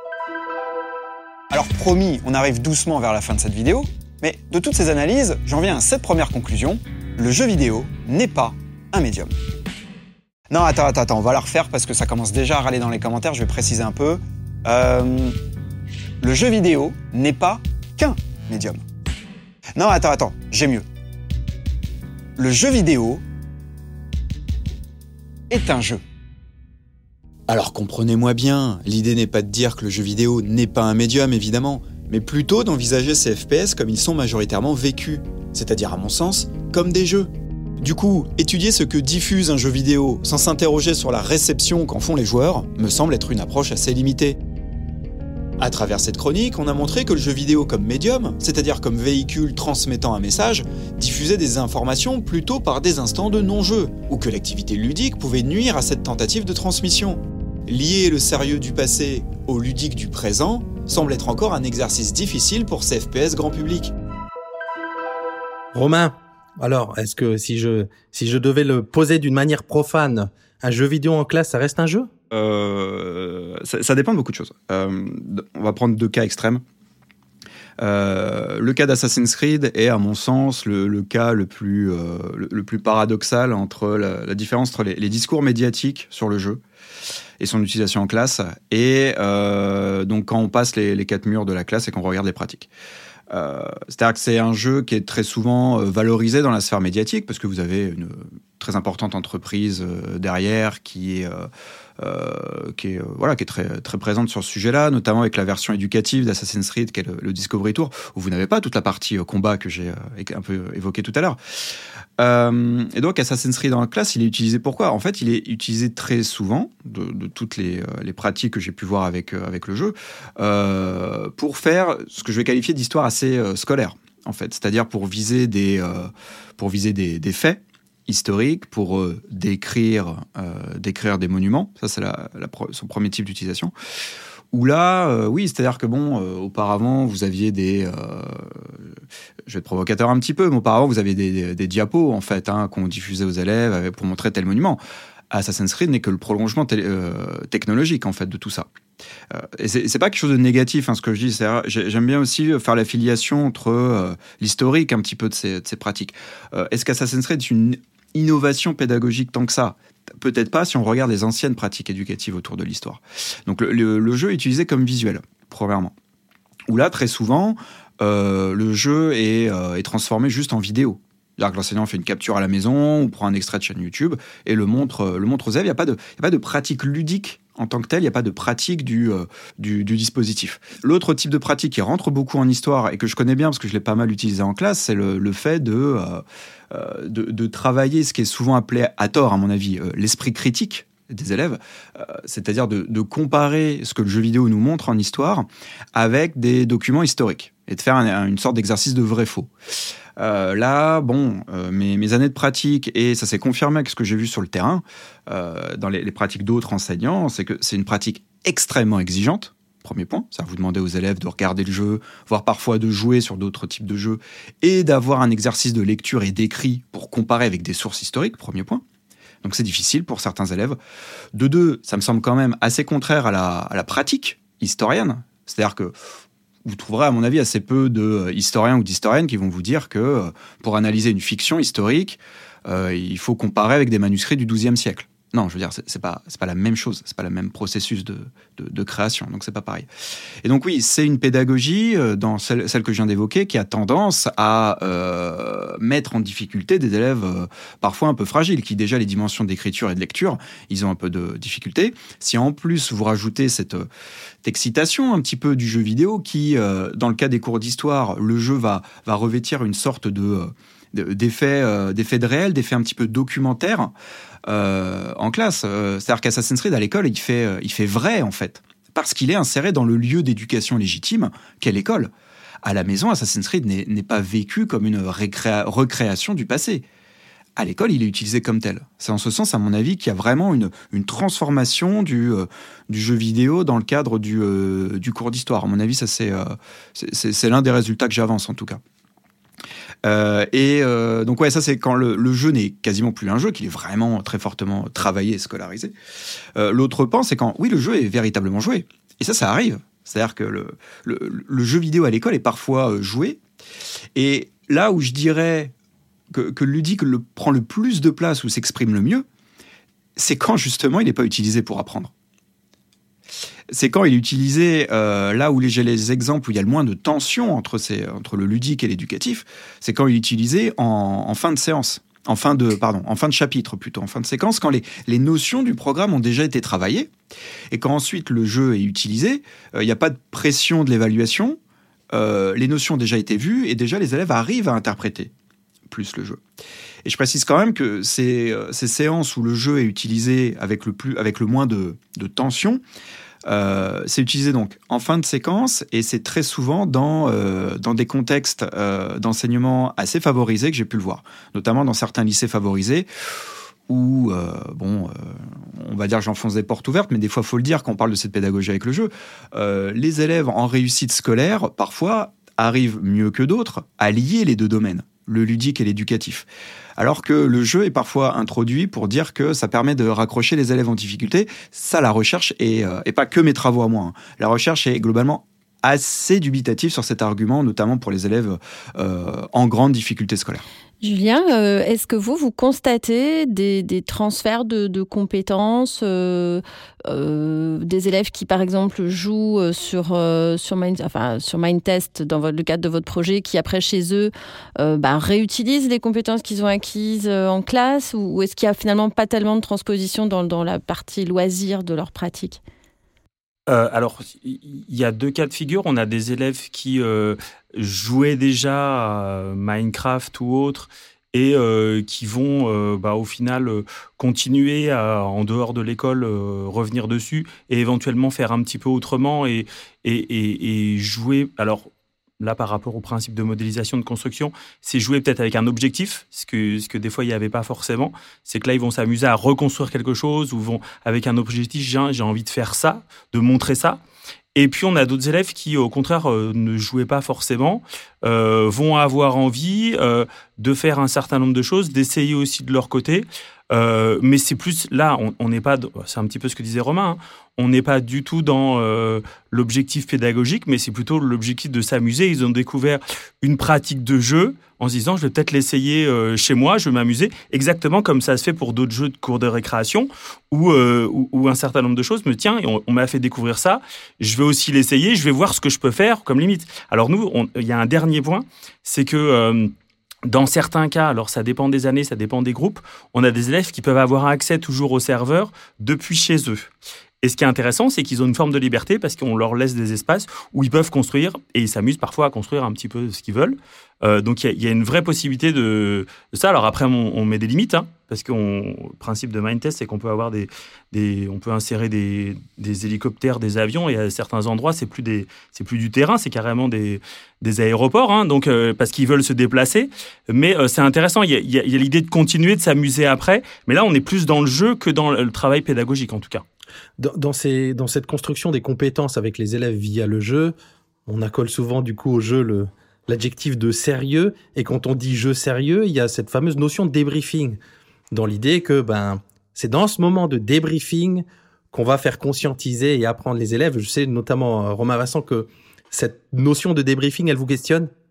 Alors promis, on arrive doucement vers la fin de cette vidéo, mais de toutes ces analyses, j'en viens à cette première conclusion. Le jeu vidéo n'est pas un médium. Non, attends, attends, attends, on va la refaire parce que ça commence déjà à râler dans les commentaires, je vais préciser un peu. Euh, le jeu vidéo n'est pas qu'un médium. Non, attends, attends, j'ai mieux. Le jeu vidéo est un jeu. Alors comprenez-moi bien, l'idée n'est pas de dire que le jeu vidéo n'est pas un médium, évidemment, mais plutôt d'envisager ces F P S comme ils sont majoritairement vécus, c'est-à-dire à mon sens, comme des jeux. Du coup, étudier ce que diffuse un jeu vidéo sans s'interroger sur la réception qu'en font les joueurs me semble être une approche assez limitée. À travers cette chronique, on a montré que le jeu vidéo comme médium, c'est-à-dire comme véhicule transmettant un message, diffusait des informations plutôt par des instants de non-jeu, ou que l'activité ludique pouvait nuire à cette tentative de transmission. Lier le sérieux du passé au ludique du présent semble être encore un exercice difficile pour ces F P S grand public. Romain, alors, est-ce que si je, si je devais le poser d'une manière profane, un jeu vidéo en classe, ça reste un jeu ? Euh, ça, ça dépend de beaucoup de choses. Euh, on va prendre deux cas extrêmes. Euh, le cas d'Assassin's Creed est, à mon sens, le, le cas le plus, euh, le, le plus paradoxal entre la, la différence entre les, les discours médiatiques sur le jeu et son utilisation en classe, et euh, donc quand on passe les, les quatre murs de la classe et qu'on regarde les pratiques. Euh, c'est-à-dire que c'est un jeu qui est très souvent euh, valorisé dans la sphère médiatique parce que vous avez une très importante entreprise euh, derrière qui est, euh, euh, qui est, euh, voilà, qui est très, très présente sur ce sujet-là, notamment avec la version éducative d'Assassin's Creed qui est le, le Discovery Tour, où vous n'avez pas toute la partie euh, combat que j'ai euh, un peu évoquée tout à l'heure. Euh, et donc Assassin's Creed dans la classe, il est utilisé pourquoi ? En fait, il est utilisé très souvent, de, de toutes les, euh, les pratiques que j'ai pu voir avec, euh, avec le jeu, euh, pour faire ce que je vais qualifier d'histoire assez euh, scolaire, en fait. C'est-à-dire pour viser des, euh, pour viser des, des faits historiques, pour euh, décrire, euh, décrire des monuments. Ça, c'est la, la, son premier type d'utilisation. Où là, euh, oui, c'est-à-dire que bon, euh, auparavant, vous aviez des... Euh, je vais être provocateur un petit peu, mais auparavant, vous aviez des, des, des diapos, en fait, hein, qu'on diffusait aux élèves pour montrer tel monument. Assassin's Creed n'est que le prolongement té- euh, technologique, en fait, de tout ça. Euh, et c'est, c'est pas quelque chose de négatif, hein, ce que je dis. C'est, j'aime bien aussi faire l'affiliation entre euh, l'historique, un petit peu, de ces, de ces pratiques. Euh, est-ce qu'Assassin's Creed est une innovation pédagogique tant que ça ? Peut-être pas si on regarde les anciennes pratiques éducatives autour de l'histoire. Donc le, le, le jeu est utilisé comme visuel, premièrement. Où là, très souvent, euh, le jeu est, euh, est transformé juste en vidéo. C'est-à-dire que l'enseignant fait une capture à la maison, ou prend un extrait de chaîne YouTube, et le montre, le montre aux élèves. Il n'y a pas de, il y a pas de pratique ludique en tant que telle, il n'y a pas de pratique du, euh, du, du dispositif. L'autre type de pratique qui rentre beaucoup en histoire, et que je connais bien parce que je l'ai pas mal utilisé en classe, c'est le, le fait de... Euh, De, de travailler ce qui est souvent appelé, à tort à mon avis, euh, l'esprit critique des élèves, euh, c'est-à-dire de, de comparer ce que le jeu vidéo nous montre en histoire avec des documents historiques et de faire un, une sorte d'exercice de vrai-faux. Euh, là, bon, euh, mes, mes années de pratique, et ça s'est confirmé avec ce que j'ai vu sur le terrain, euh, dans les, les pratiques d'autres enseignants, c'est que c'est une pratique extrêmement exigeante. Premier point, ça vous demandez aux élèves de regarder le jeu, voire parfois de jouer sur d'autres types de jeux, et d'avoir un exercice de lecture et d'écrit pour comparer avec des sources historiques, premier point. Donc c'est difficile pour certains élèves. De deux, ça me semble quand même assez contraire à la, à la pratique historienne, c'est-à-dire que vous trouverez à mon avis assez peu de historiens ou d'historiennes qui vont vous dire que pour analyser une fiction historique, euh, il faut comparer avec des manuscrits du douzième siècle. Non, je veux dire, c'est, c'est pas, c'est pas la même chose, c'est pas le même processus de, de, de création, donc c'est pas pareil. Et donc oui, c'est une pédagogie euh, dans celle, celle que je viens d'évoquer qui a tendance à euh, mettre en difficulté des élèves euh, parfois un peu fragiles, qui déjà les dimensions d'écriture et de lecture, ils ont un peu de difficulté. Si en plus vous rajoutez cette, euh, cette excitation un petit peu du jeu vidéo, qui euh, dans le cas des cours d'histoire, le jeu va, va revêtir une sorte de euh, d'effet, euh, d'effet de réel, d'effet un petit peu documentaire. Euh, en classe, euh, c'est-à-dire qu'Assassin's Creed à l'école, il fait, euh, il fait vrai en fait, parce qu'il est inséré dans le lieu d'éducation légitime qu'est l'école. À la maison, Assassin's Creed n'est, n'est pas vécu comme une récréa- recréation du passé. À l'école, il est utilisé comme tel. C'est en ce sens, à mon avis, qu'il y a vraiment une, une transformation du, euh, du jeu vidéo dans le cadre du, euh, du cours d'histoire. À mon avis, ça c'est, euh, c'est, c'est, c'est l'un des résultats que j'avance en tout cas. Euh, et euh, donc ouais, ça c'est quand le, le jeu n'est quasiment plus un jeu, qu'il est vraiment très fortement travaillé et scolarisé. Euh, l'autre pan, c'est quand oui, le jeu est véritablement joué. Et ça, ça arrive. C'est-à-dire que le, le, le jeu vidéo à l'école est parfois joué. Et là où je dirais que, que le ludique le, prend le plus de place, ou s'exprime le mieux, c'est quand justement il n'est pas utilisé pour apprendre. C'est quand il est utilisé euh, là où j'ai les exemples où il y a le moins de tension entre, ces, entre le ludique et l'éducatif, c'est quand il est utilisé en, en fin de séance, en fin de, pardon, en fin de chapitre plutôt, en fin de séquence, quand les, les notions du programme ont déjà été travaillées, et quand ensuite le jeu est utilisé, il euh, n'y a pas de pression de l'évaluation, euh, les notions ont déjà été vues, et déjà les élèves arrivent à interpréter plus le jeu. Et je précise quand même que ces, ces séances où le jeu est utilisé avec le, plus, avec le moins de, de tension, Euh, c'est utilisé donc en fin de séquence, et c'est très souvent dans, euh, dans des contextes euh, d'enseignement assez favorisés que j'ai pu le voir, notamment dans certains lycées favorisés où, euh, bon, euh, on va dire que j'enfonce des portes ouvertes, mais des fois il faut le dire quand on parle de cette pédagogie avec le jeu, euh, les élèves en réussite scolaire parfois arrivent mieux que d'autres à lier les deux domaines, le ludique et l'éducatif. Alors que le jeu est parfois introduit pour dire que ça permet de raccrocher les élèves en difficulté. Ça, la recherche, et euh, pas que mes travaux à moi. Hein. La recherche est globalement assez dubitative sur cet argument, notamment pour les élèves euh, en grande difficulté scolaire. Julien, euh, est-ce que vous, vous constatez des, des transferts de, de compétences, euh, euh, des élèves qui, par exemple, jouent sur, euh, sur, Mind, enfin, sur Mindtest dans votre, le cadre de votre projet, qui, après, chez eux, euh, bah, réutilisent les compétences qu'ils ont acquises en classe, ou, ou est-ce qu'il n'y a finalement pas tellement de transposition dans, dans la partie loisir de leur pratique ? Euh, alors, il y a deux cas de figure. On a des élèves qui euh, jouaient déjà à Minecraft ou autre et euh, qui vont, euh, bah, au final, euh, continuer à, en dehors de l'école, euh, revenir dessus et éventuellement faire un petit peu autrement et, et, et, et jouer. Alors, là, par rapport au principe de modélisation de construction, c'est jouer peut-être avec un objectif, ce que, ce que des fois, il n'y avait pas forcément. C'est que là, ils vont s'amuser à reconstruire quelque chose ou vont, avec un objectif, j'ai, j'ai envie de faire ça, de montrer ça. Et puis, on a d'autres élèves qui, au contraire, euh, ne jouaient pas forcément, euh, vont avoir envie euh, de faire un certain nombre de choses, d'essayer aussi de leur côté. Euh, mais c'est plus, là, on n'est pas, c'est un petit peu ce que disait Romain, hein, on n'est pas du tout dans euh, l'objectif pédagogique, mais c'est plutôt l'objectif de s'amuser. Ils ont découvert une pratique de jeu en se disant, je vais peut-être l'essayer euh, chez moi, je vais m'amuser, exactement comme ça se fait pour d'autres jeux de cours de récréation, où, euh, où, où un certain nombre de choses me tiens, on, on m'a fait découvrir ça, je vais aussi l'essayer, je vais voir ce que je peux faire comme limite. Alors nous, il y a un dernier point, c'est que... Euh, Dans certains cas, alors ça dépend des années, ça dépend des groupes, on a des élèves qui peuvent avoir accès toujours au serveur depuis chez eux. Et ce qui est intéressant, c'est qu'ils ont une forme de liberté parce qu'on leur laisse des espaces où ils peuvent construire et ils s'amusent parfois à construire un petit peu ce qu'ils veulent. Euh, donc il y, y a une vraie possibilité de, de ça. Alors après, on, on met des limites, hein, parce que le principe de Mindtest, c'est qu'on peut avoir des, des on peut insérer des, des hélicoptères, des avions, et à certains endroits, c'est plus des, c'est plus du terrain, c'est carrément des, des aéroports, hein, donc euh, parce qu'ils veulent se déplacer. Mais euh, c'est intéressant. Il y a, il y a, il y a l'idée de continuer de s'amuser après. Mais là, on est plus dans le jeu que dans le travail pédagogique, en tout cas. Dans, dans, ces, dans cette construction des compétences avec les élèves via le jeu, on accole souvent du coup au jeu le, l'adjectif de sérieux. Et quand on dit jeu sérieux, il y a cette fameuse notion de débriefing, dans l'idée que ben, c'est dans ce moment de débriefing qu'on va faire conscientiser et apprendre les élèves. Je sais notamment, Romain Vincent, que cette notion de débriefing, elle vous questionne ?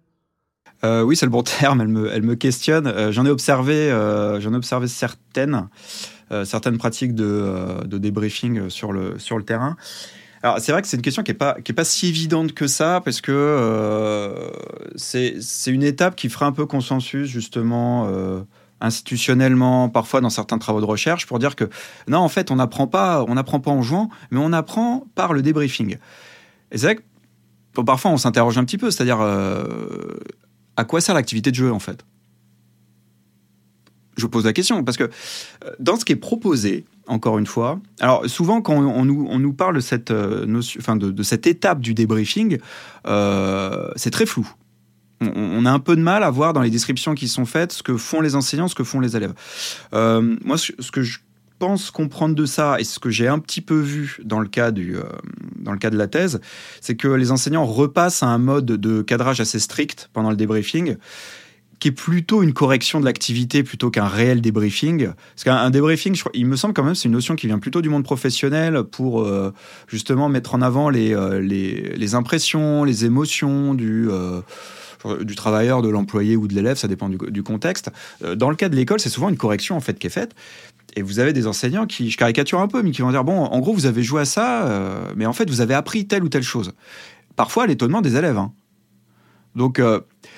Euh, oui, c'est le bon terme. Elle me, elle me questionne. Euh, j'en ai observé, euh, j'en ai observé certaines, euh, certaines pratiques de, euh, de débriefing sur le, sur le terrain. Alors, c'est vrai que c'est une question qui est pas, qui est pas si évidente que ça, parce que euh, c'est, c'est une étape qui ferait un peu consensus, justement, euh, institutionnellement, parfois dans certains travaux de recherche, pour dire que non, en fait, on n'apprend pas, on n'apprend pas en jouant, mais on apprend par le débriefing. Et c'est vrai que bon, parfois, on s'interroge un petit peu, c'est-à-dire euh, à quoi sert l'activité de jeu, en fait ? Je pose la question, parce que dans ce qui est proposé, encore une fois, alors souvent quand on, on, nous, on nous parle de cette, notion, enfin de, de cette étape du débriefing, euh, c'est très flou. On, on a un peu de mal à voir dans les descriptions qui sont faites ce que font les enseignants, ce que font les élèves. Euh, moi, ce, ce que je pense comprendre de ça, et ce que j'ai un petit peu vu dans le cas, du, euh, dans le cas de la thèse, c'est que les enseignants repassent à un mode de cadrage assez strict pendant le débriefing, qui est plutôt une correction de l'activité plutôt qu'un réel débriefing. Parce qu'un débriefing, je crois, il me semble quand même, c'est une notion qui vient plutôt du monde professionnel pour euh, justement mettre en avant les, euh, les, les impressions, les émotions du, euh, du travailleur, de l'employé ou de l'élève, ça dépend du, du contexte. Dans le cas de l'école, c'est souvent une correction en fait qui est faite. Et vous avez des enseignants qui, je caricature un peu, mais qui vont dire, bon, en gros, vous avez joué à ça, euh, mais en fait, vous avez appris telle ou telle chose. Parfois, à l'étonnement des élèves. Hein. Donc... Euh,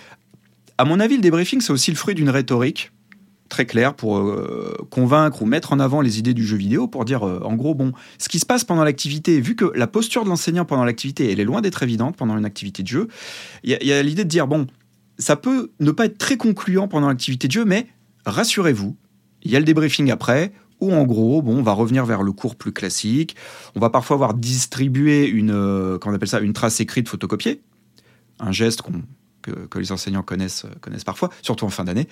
À mon avis, le débriefing, c'est aussi le fruit d'une rhétorique très claire pour euh, convaincre ou mettre en avant les idées du jeu vidéo, pour dire, euh, en gros, bon, ce qui se passe pendant l'activité, vu que la posture de l'enseignant pendant l'activité, elle est loin d'être évidente pendant une activité de jeu, il y, y a l'idée de dire, bon, ça peut ne pas être très concluant pendant l'activité de jeu, mais rassurez-vous, il y a le débriefing après, où en gros, bon, on va revenir vers le cours plus classique, on va parfois avoir distribué une, euh, comment on appelle ça, une trace écrite photocopiée, un geste qu'on... Que, que les enseignants connaissent, connaissent parfois, surtout en fin d'année.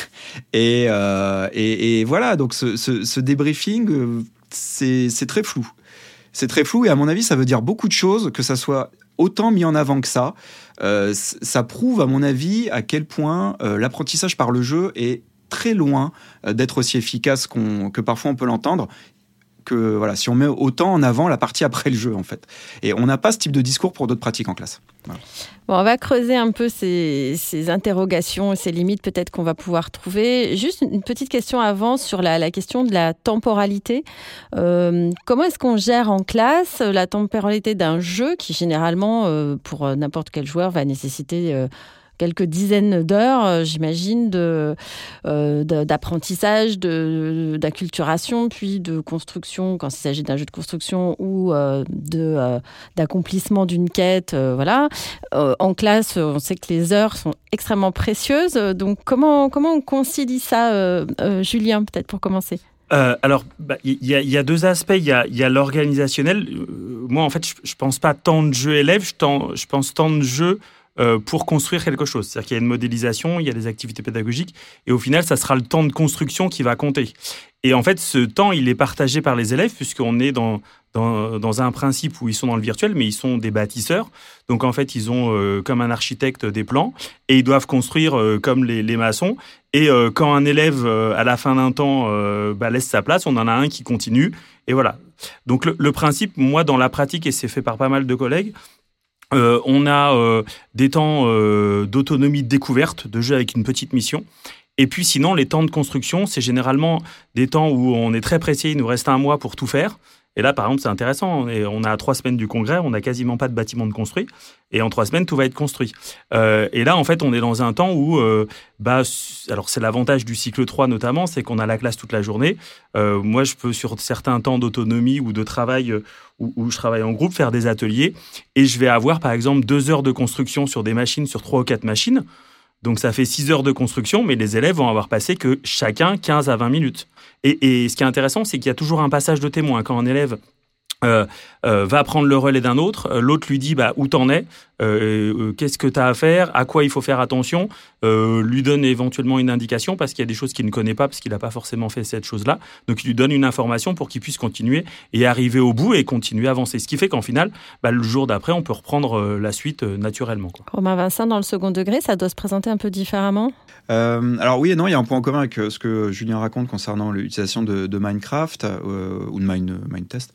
Et, euh, et, et voilà, donc ce, ce, ce débriefing, c'est, c'est très flou. C'est très flou et à mon avis, ça veut dire beaucoup de choses, que ça soit autant mis en avant que ça. Euh, ça prouve, à mon avis, à quel point euh, l'apprentissage par le jeu est très loin d'être aussi efficace qu'on, que parfois on peut l'entendre. Que, voilà, si on met autant en avant la partie après le jeu, en fait. Et on n'a pas ce type de discours pour d'autres pratiques en classe. Voilà. Bon, on va creuser un peu ces, ces interrogations et ces limites peut-être qu'on va pouvoir trouver. Juste une petite question avant sur la, la question de la temporalité. Euh, comment est-ce qu'on gère en classe la temporalité d'un jeu qui, généralement, euh, pour n'importe quel joueur, va nécessiter... Euh, quelques dizaines d'heures, euh, j'imagine, de, euh, de, d'apprentissage, de, d'acculturation, puis de construction, quand il s'agit d'un jeu de construction, ou euh, de, euh, d'accomplissement d'une quête. Euh, voilà. Euh, en classe, on sait que les heures sont extrêmement précieuses. Donc, comment, comment on concilie ça, euh, euh, Julien, peut-être pour commencer ? Euh, alors, il bah, y, y, y a deux aspects. Il y a, y a l'organisationnel. Euh, moi, en fait, je ne pense pas tant de jeux élèves, je, tends, je pense tant de jeux Euh, pour construire quelque chose. C'est-à-dire qu'il y a une modélisation, il y a des activités pédagogiques, et au final, ça sera le temps de construction qui va compter. Et en fait, ce temps, il est partagé par les élèves, puisqu'on est dans, dans, dans un principe où ils sont dans le virtuel, mais ils sont des bâtisseurs. Donc, en fait, ils ont, euh, comme un architecte, des plans, et ils doivent construire euh, comme les, les maçons. Et euh, quand un élève, euh, à la fin d'un temps, euh, bah, laisse sa place, on en a un qui continue, et voilà. Donc, le, le principe, moi, dans la pratique, et c'est fait par pas mal de collègues, Euh, on a euh, des temps euh, d'autonomie de découverte, de jeu avec une petite mission. Et puis sinon, les temps de construction, c'est généralement des temps où on est très pressé, il nous reste un mois pour tout faire. Et là, par exemple, c'est intéressant, on, est, on a à trois semaines du congrès, on n'a quasiment pas de bâtiment de construit. Et en trois semaines, tout va être construit. Euh, et là, en fait, on est dans un temps où, euh, bah, alors c'est l'avantage du cycle trois notamment, c'est qu'on a la classe toute la journée. Euh, moi, je peux, sur certains temps d'autonomie ou de travail euh, où, où je travaille en groupe, faire des ateliers. Et je vais avoir, par exemple, deux heures de construction sur des machines, sur trois ou quatre machines. Donc, ça fait six heures de construction, mais les élèves vont avoir passé que chacun quinze à vingt minutes. Et, et ce qui est intéressant, c'est qu'il y a toujours un passage de témoin. Quand un élève euh, euh, va prendre le relais d'un autre, euh, l'autre lui dit bah, où t'en es, euh, euh, qu'est-ce que t'as à faire, à quoi il faut faire attention, euh, lui donne éventuellement une indication parce qu'il y a des choses qu'il ne connaît pas, parce qu'il n'a pas forcément fait cette chose-là. Donc, il lui donne une information pour qu'il puisse continuer et arriver au bout et continuer à avancer. Ce qui fait qu'en final, bah, le jour d'après, on peut reprendre euh, la suite euh, naturellement, quoi. Romain Vincent, dans le second degré, ça doit se présenter un peu différemment ? Euh, alors oui et non, il y a un point en commun avec ce que Julien raconte concernant l'utilisation de, de Minecraft euh, ou de Mine, Minetest.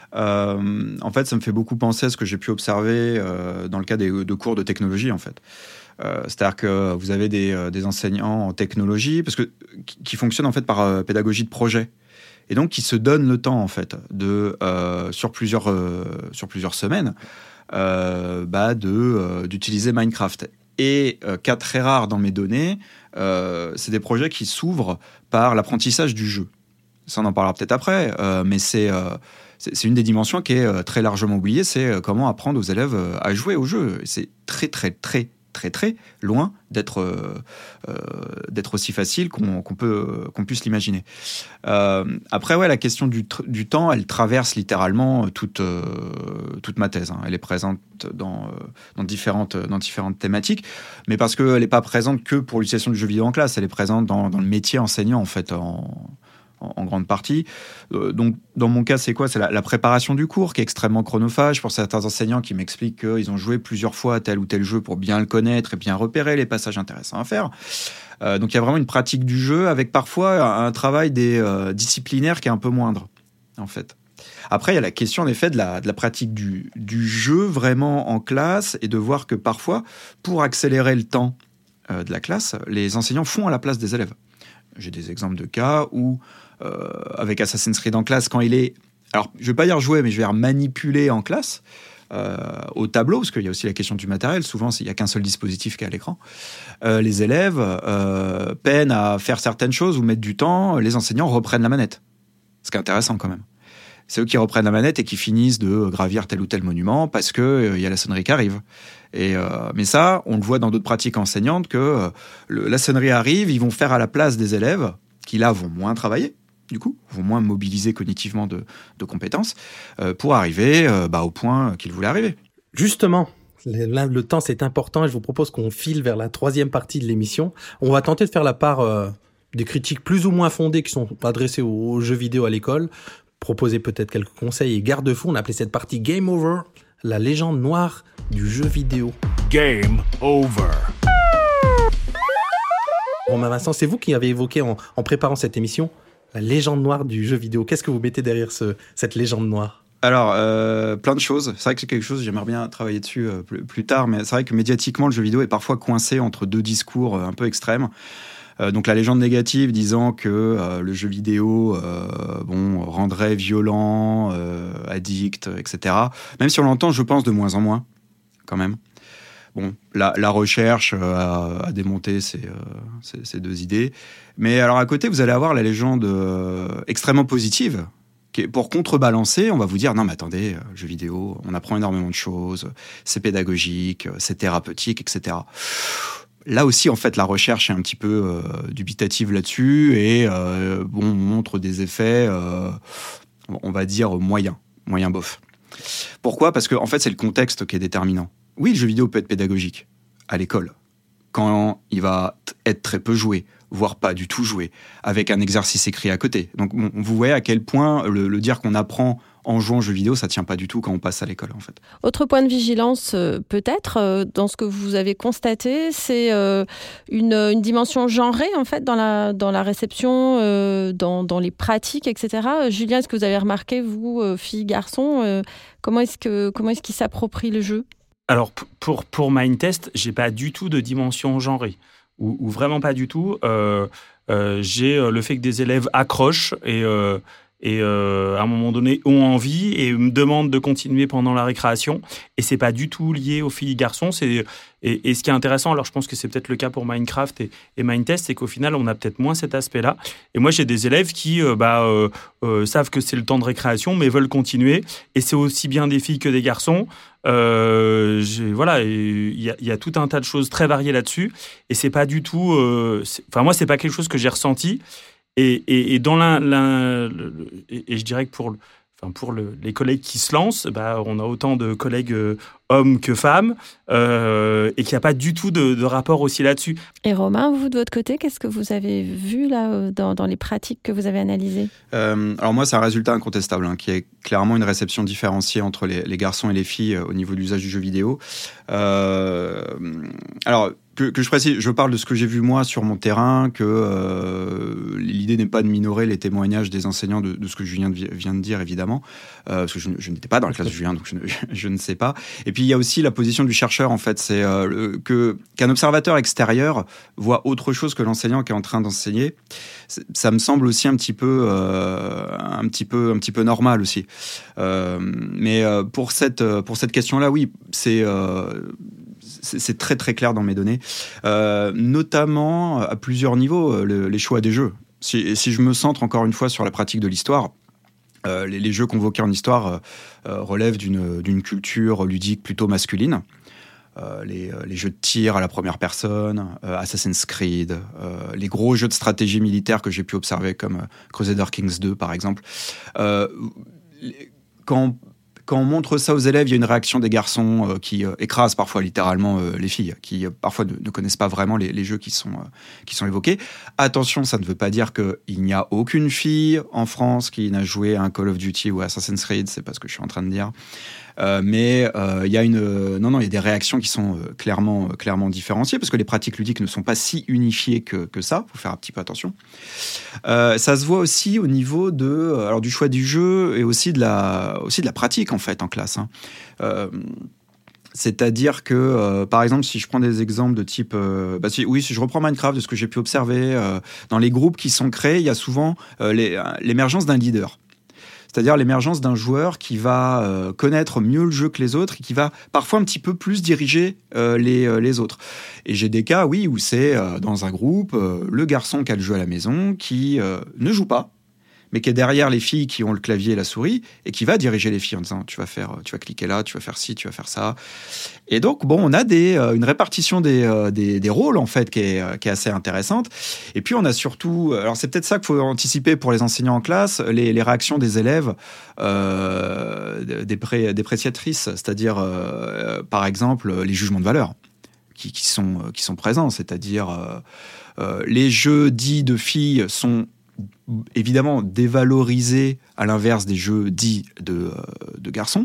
Euh, en fait, ça me fait beaucoup penser à ce que j'ai pu observer euh, dans le cas des, de cours de technologie, en fait. Euh, c'est-à-dire que vous avez des, des enseignants en technologie, parce que, qui, qui fonctionnent en fait par euh, pédagogie de projet, et donc qui se donnent le temps en fait de euh, sur plusieurs euh, sur plusieurs semaines euh, bah, de euh, d'utiliser Minecraft. Et euh, cas très rare dans mes données, euh, c'est des projets qui s'ouvrent par l'apprentissage du jeu. Ça, on en parlera peut-être après, euh, mais c'est euh, c'est, c'est une des dimensions qui est euh, très largement oubliée, c'est euh, comment apprendre aux élèves euh, à jouer au jeu. Et c'est très très très très très loin d'être euh, euh, d'être aussi facile qu'on, qu'on peut qu'on puisse l'imaginer. Euh, après, ouais, la question du, tr- du temps, elle traverse littéralement toute euh, toute ma thèse. Hein. Elle est présente dans euh, dans différentes dans différentes thématiques, mais parce qu'elle n'est pas présente que pour l'utilisation du jeu vidéo en classe. Elle est présente dans dans le métier enseignant en fait en en grande partie. Euh, donc, dans mon cas, c'est quoi ? C'est la, la préparation du cours qui est extrêmement chronophage pour certains enseignants qui m'expliquent qu'ils ont joué plusieurs fois à tel ou tel jeu pour bien le connaître et bien repérer les passages intéressants à faire. Euh, donc, il y a vraiment une pratique du jeu avec parfois un, un travail des euh, disciplinaires qui est un peu moindre, en fait. Après, il y a la question, en effet, de la, de la pratique du, du jeu vraiment en classe et de voir que parfois, pour accélérer le temps euh, de la classe, les enseignants font à la place des élèves. J'ai des exemples de cas où, euh, avec Assassin's Creed en classe, quand il est... Alors, je ne vais pas dire jouer, mais je vais dire manipuler en classe, euh, au tableau, parce qu'il y a aussi la question du matériel. Souvent, il n'y a qu'un seul dispositif qui est à l'écran. Euh, les élèves euh, peinent à faire certaines choses ou mettent du temps. Les enseignants reprennent la manette. Ce qui est intéressant quand même. C'est eux qui reprennent la manette et qui finissent de gravir tel ou tel monument parce qu'il euh, y a la sonnerie qui arrive. Et, euh, mais ça, on le voit dans d'autres pratiques enseignantes que euh, le, la sonnerie arrive, ils vont faire à la place des élèves qui, là, vont moins travailler, du coup, vont moins mobiliser cognitivement de, de compétences euh, pour arriver euh, bah, au point qu'ils voulaient arriver. Justement, le, le temps, c'est important et je vous propose qu'on file vers la troisième partie de l'émission. On va tenter de faire la part euh, des critiques plus ou moins fondées qui sont adressées aux, aux jeux vidéo à l'école, proposer peut-être quelques conseils et garde-fous. On a appelé cette partie Game Over, la légende noire du jeu vidéo. Game Over. Romain Vincent, c'est vous qui avez évoqué en, en préparant cette émission la légende noire du jeu vidéo. Qu'est-ce que vous mettez derrière ce, cette légende noire ? Alors, euh, plein de choses. C'est vrai que c'est quelque chose, j'aimerais bien travailler dessus euh, plus, plus tard, mais c'est vrai que médiatiquement, le jeu vidéo est parfois coincé entre deux discours euh, un peu extrêmes. Euh, donc la légende négative disant que euh, le jeu vidéo euh, bon, rendrait violent, euh, addict, et cetera. Même si on l'entend, je pense, de moins en moins, quand même. Bon, la, la recherche euh, a, a démonté ces, euh, ces, ces deux idées. Mais alors à côté, vous allez avoir la légende euh, extrêmement positive, qui est, pour contrebalancer, on va vous dire, non mais attendez, le jeu vidéo, on apprend énormément de choses, c'est pédagogique, c'est thérapeutique, et cetera. Là aussi, en fait, la recherche est un petit peu euh, dubitative là-dessus et euh, bon, montre des effets, euh, on va dire, moyens, moyens bof. Pourquoi ? Parce que, en fait, c'est le contexte qui est déterminant. Oui, le jeu vidéo peut être pédagogique à l'école, quand il va t- être très peu joué, voire pas du tout joué, avec un exercice écrit à côté. Donc, bon, vous voyez à quel point le, le dire qu'on apprend en jouant aux jeux vidéo, ça tient pas du tout quand on passe à l'école, en fait. Autre point de vigilance, euh, peut-être, euh, dans ce que vous avez constaté, c'est euh, une, une dimension genrée, en fait, dans la, dans la réception, euh, dans, dans les pratiques, et cetera. Julien, est-ce que vous avez remarqué, vous, euh, filles, garçons, euh, comment est-ce que, comment est-ce qu'ils s'approprient le jeu ? Alors, pour, pour Mindtest, j'ai pas du tout de dimension genrée, ou, ou vraiment pas du tout. Euh, euh, j'ai le fait que des élèves accrochent et... Euh, et euh, à un moment donné ont envie et me demandent de continuer pendant la récréation, et c'est pas du tout lié aux filles et garçons. C'est et, et ce qui est intéressant, alors je pense que c'est peut-être le cas pour Minecraft et, et Mindtest, c'est qu'au final on a peut-être moins cet aspect-là. Et moi j'ai des élèves qui euh, bah, euh, euh, savent que c'est le temps de récréation mais veulent continuer, et c'est aussi bien des filles que des garçons. Euh, j'ai, voilà, il y, y a tout un tas de choses très variées là-dessus, et c'est pas du tout. Euh, enfin moi c'est pas quelque chose que j'ai ressenti. Et, et, et dans la, la, le, et, et je dirais que pour, le, enfin pour le, les collègues qui se lancent, bah, on a autant de collègues euh, hommes que femmes, euh, et qu'il n'y a pas du tout de, de rapport aussi là-dessus. Et Romain, vous, de votre côté, qu'est-ce que vous avez vu là, dans, dans les pratiques que vous avez analysées ? euh, Alors moi, c'est un résultat incontestable, hein, qui est clairement une réception différenciée entre les, les garçons et les filles euh, au niveau de l'usage du jeu vidéo. Euh, alors, que, que je précise, je parle de ce que j'ai vu moi sur mon terrain, que euh, l'idée n'est pas de minorer les témoignages des enseignants de, de ce que Julien vient de dire, évidemment, euh, parce que je, je n'étais pas dans la classe de Julien, donc je ne, je ne sais pas. Et puis il y a aussi la position du chercheur, en fait, c'est euh, le, que qu'un observateur extérieur voit autre chose que l'enseignant qui est en train d'enseigner. Ça me semble aussi un petit peu, euh, un petit peu, un petit peu normal aussi. Euh, mais euh, pour cette, pour cette question-là, oui, c'est euh, c'est très très clair dans mes données, euh, notamment à plusieurs niveaux, le, les choix des jeux. Si, si je me centre encore une fois sur la pratique de l'histoire, euh, les, les jeux convoqués en histoire euh, relèvent d'une d'une culture ludique plutôt masculine. Euh, les, les jeux de tir à la première personne, euh, Assassin's Creed, euh, les gros jeux de stratégie militaire que j'ai pu observer comme euh, Crusader Kings deux par exemple. Euh, quand Quand on montre ça aux élèves, il y a une réaction des garçons euh, qui euh, écrasent parfois littéralement euh, les filles, qui euh, parfois ne, ne connaissent pas vraiment les, les jeux qui sont, euh, qui sont évoqués. Attention, ça ne veut pas dire qu'il n'y a aucune fille en France qui n'a joué à un Call of Duty ou à Assassin's Creed, c'est pas ce que je suis en train de dire. Euh, mais euh, il y a une euh, non non il y a des réactions qui sont euh, clairement euh, clairement différenciées parce que les pratiques ludiques ne sont pas si unifiées que que ça. Faut faire un petit peu attention. Euh, ça se voit aussi au niveau de alors du choix du jeu et aussi de la aussi de la pratique en fait en classe. Hein. Euh, C'est-à-dire que, euh, par exemple, si je prends des exemples de type... Euh, bah si, oui, si je reprends Minecraft, de ce que j'ai pu observer, euh, dans les groupes qui sont créés, il y a souvent euh, les, l'émergence d'un leader. C'est-à-dire l'émergence d'un joueur qui va euh, connaître mieux le jeu que les autres et qui va parfois un petit peu plus diriger euh, les, euh, les autres. Et j'ai des cas, oui, où c'est euh, dans un groupe, euh, le garçon qui a le jeu à la maison, qui euh, ne joue pas, mais qui est derrière les filles qui ont le clavier et la souris, et qui va diriger les filles en disant tu vas faire, tu vas cliquer là, tu vas faire ci, tu vas faire ça. Et donc bon, on a des, euh, une répartition des, euh, des, des rôles en fait qui est, euh, qui est assez intéressante. Et puis on a surtout, alors c'est peut-être ça qu'il faut anticiper pour les enseignants en classe, les, les réactions des élèves, euh, des, pré, des préciatrices, c'est-à-dire euh, par exemple les jugements de valeur qui, qui sont, qui sont présents, c'est-à-dire euh, euh, les jeux dits de filles sont évidemment dévalorisé à l'inverse des jeux dits de, euh, de garçons.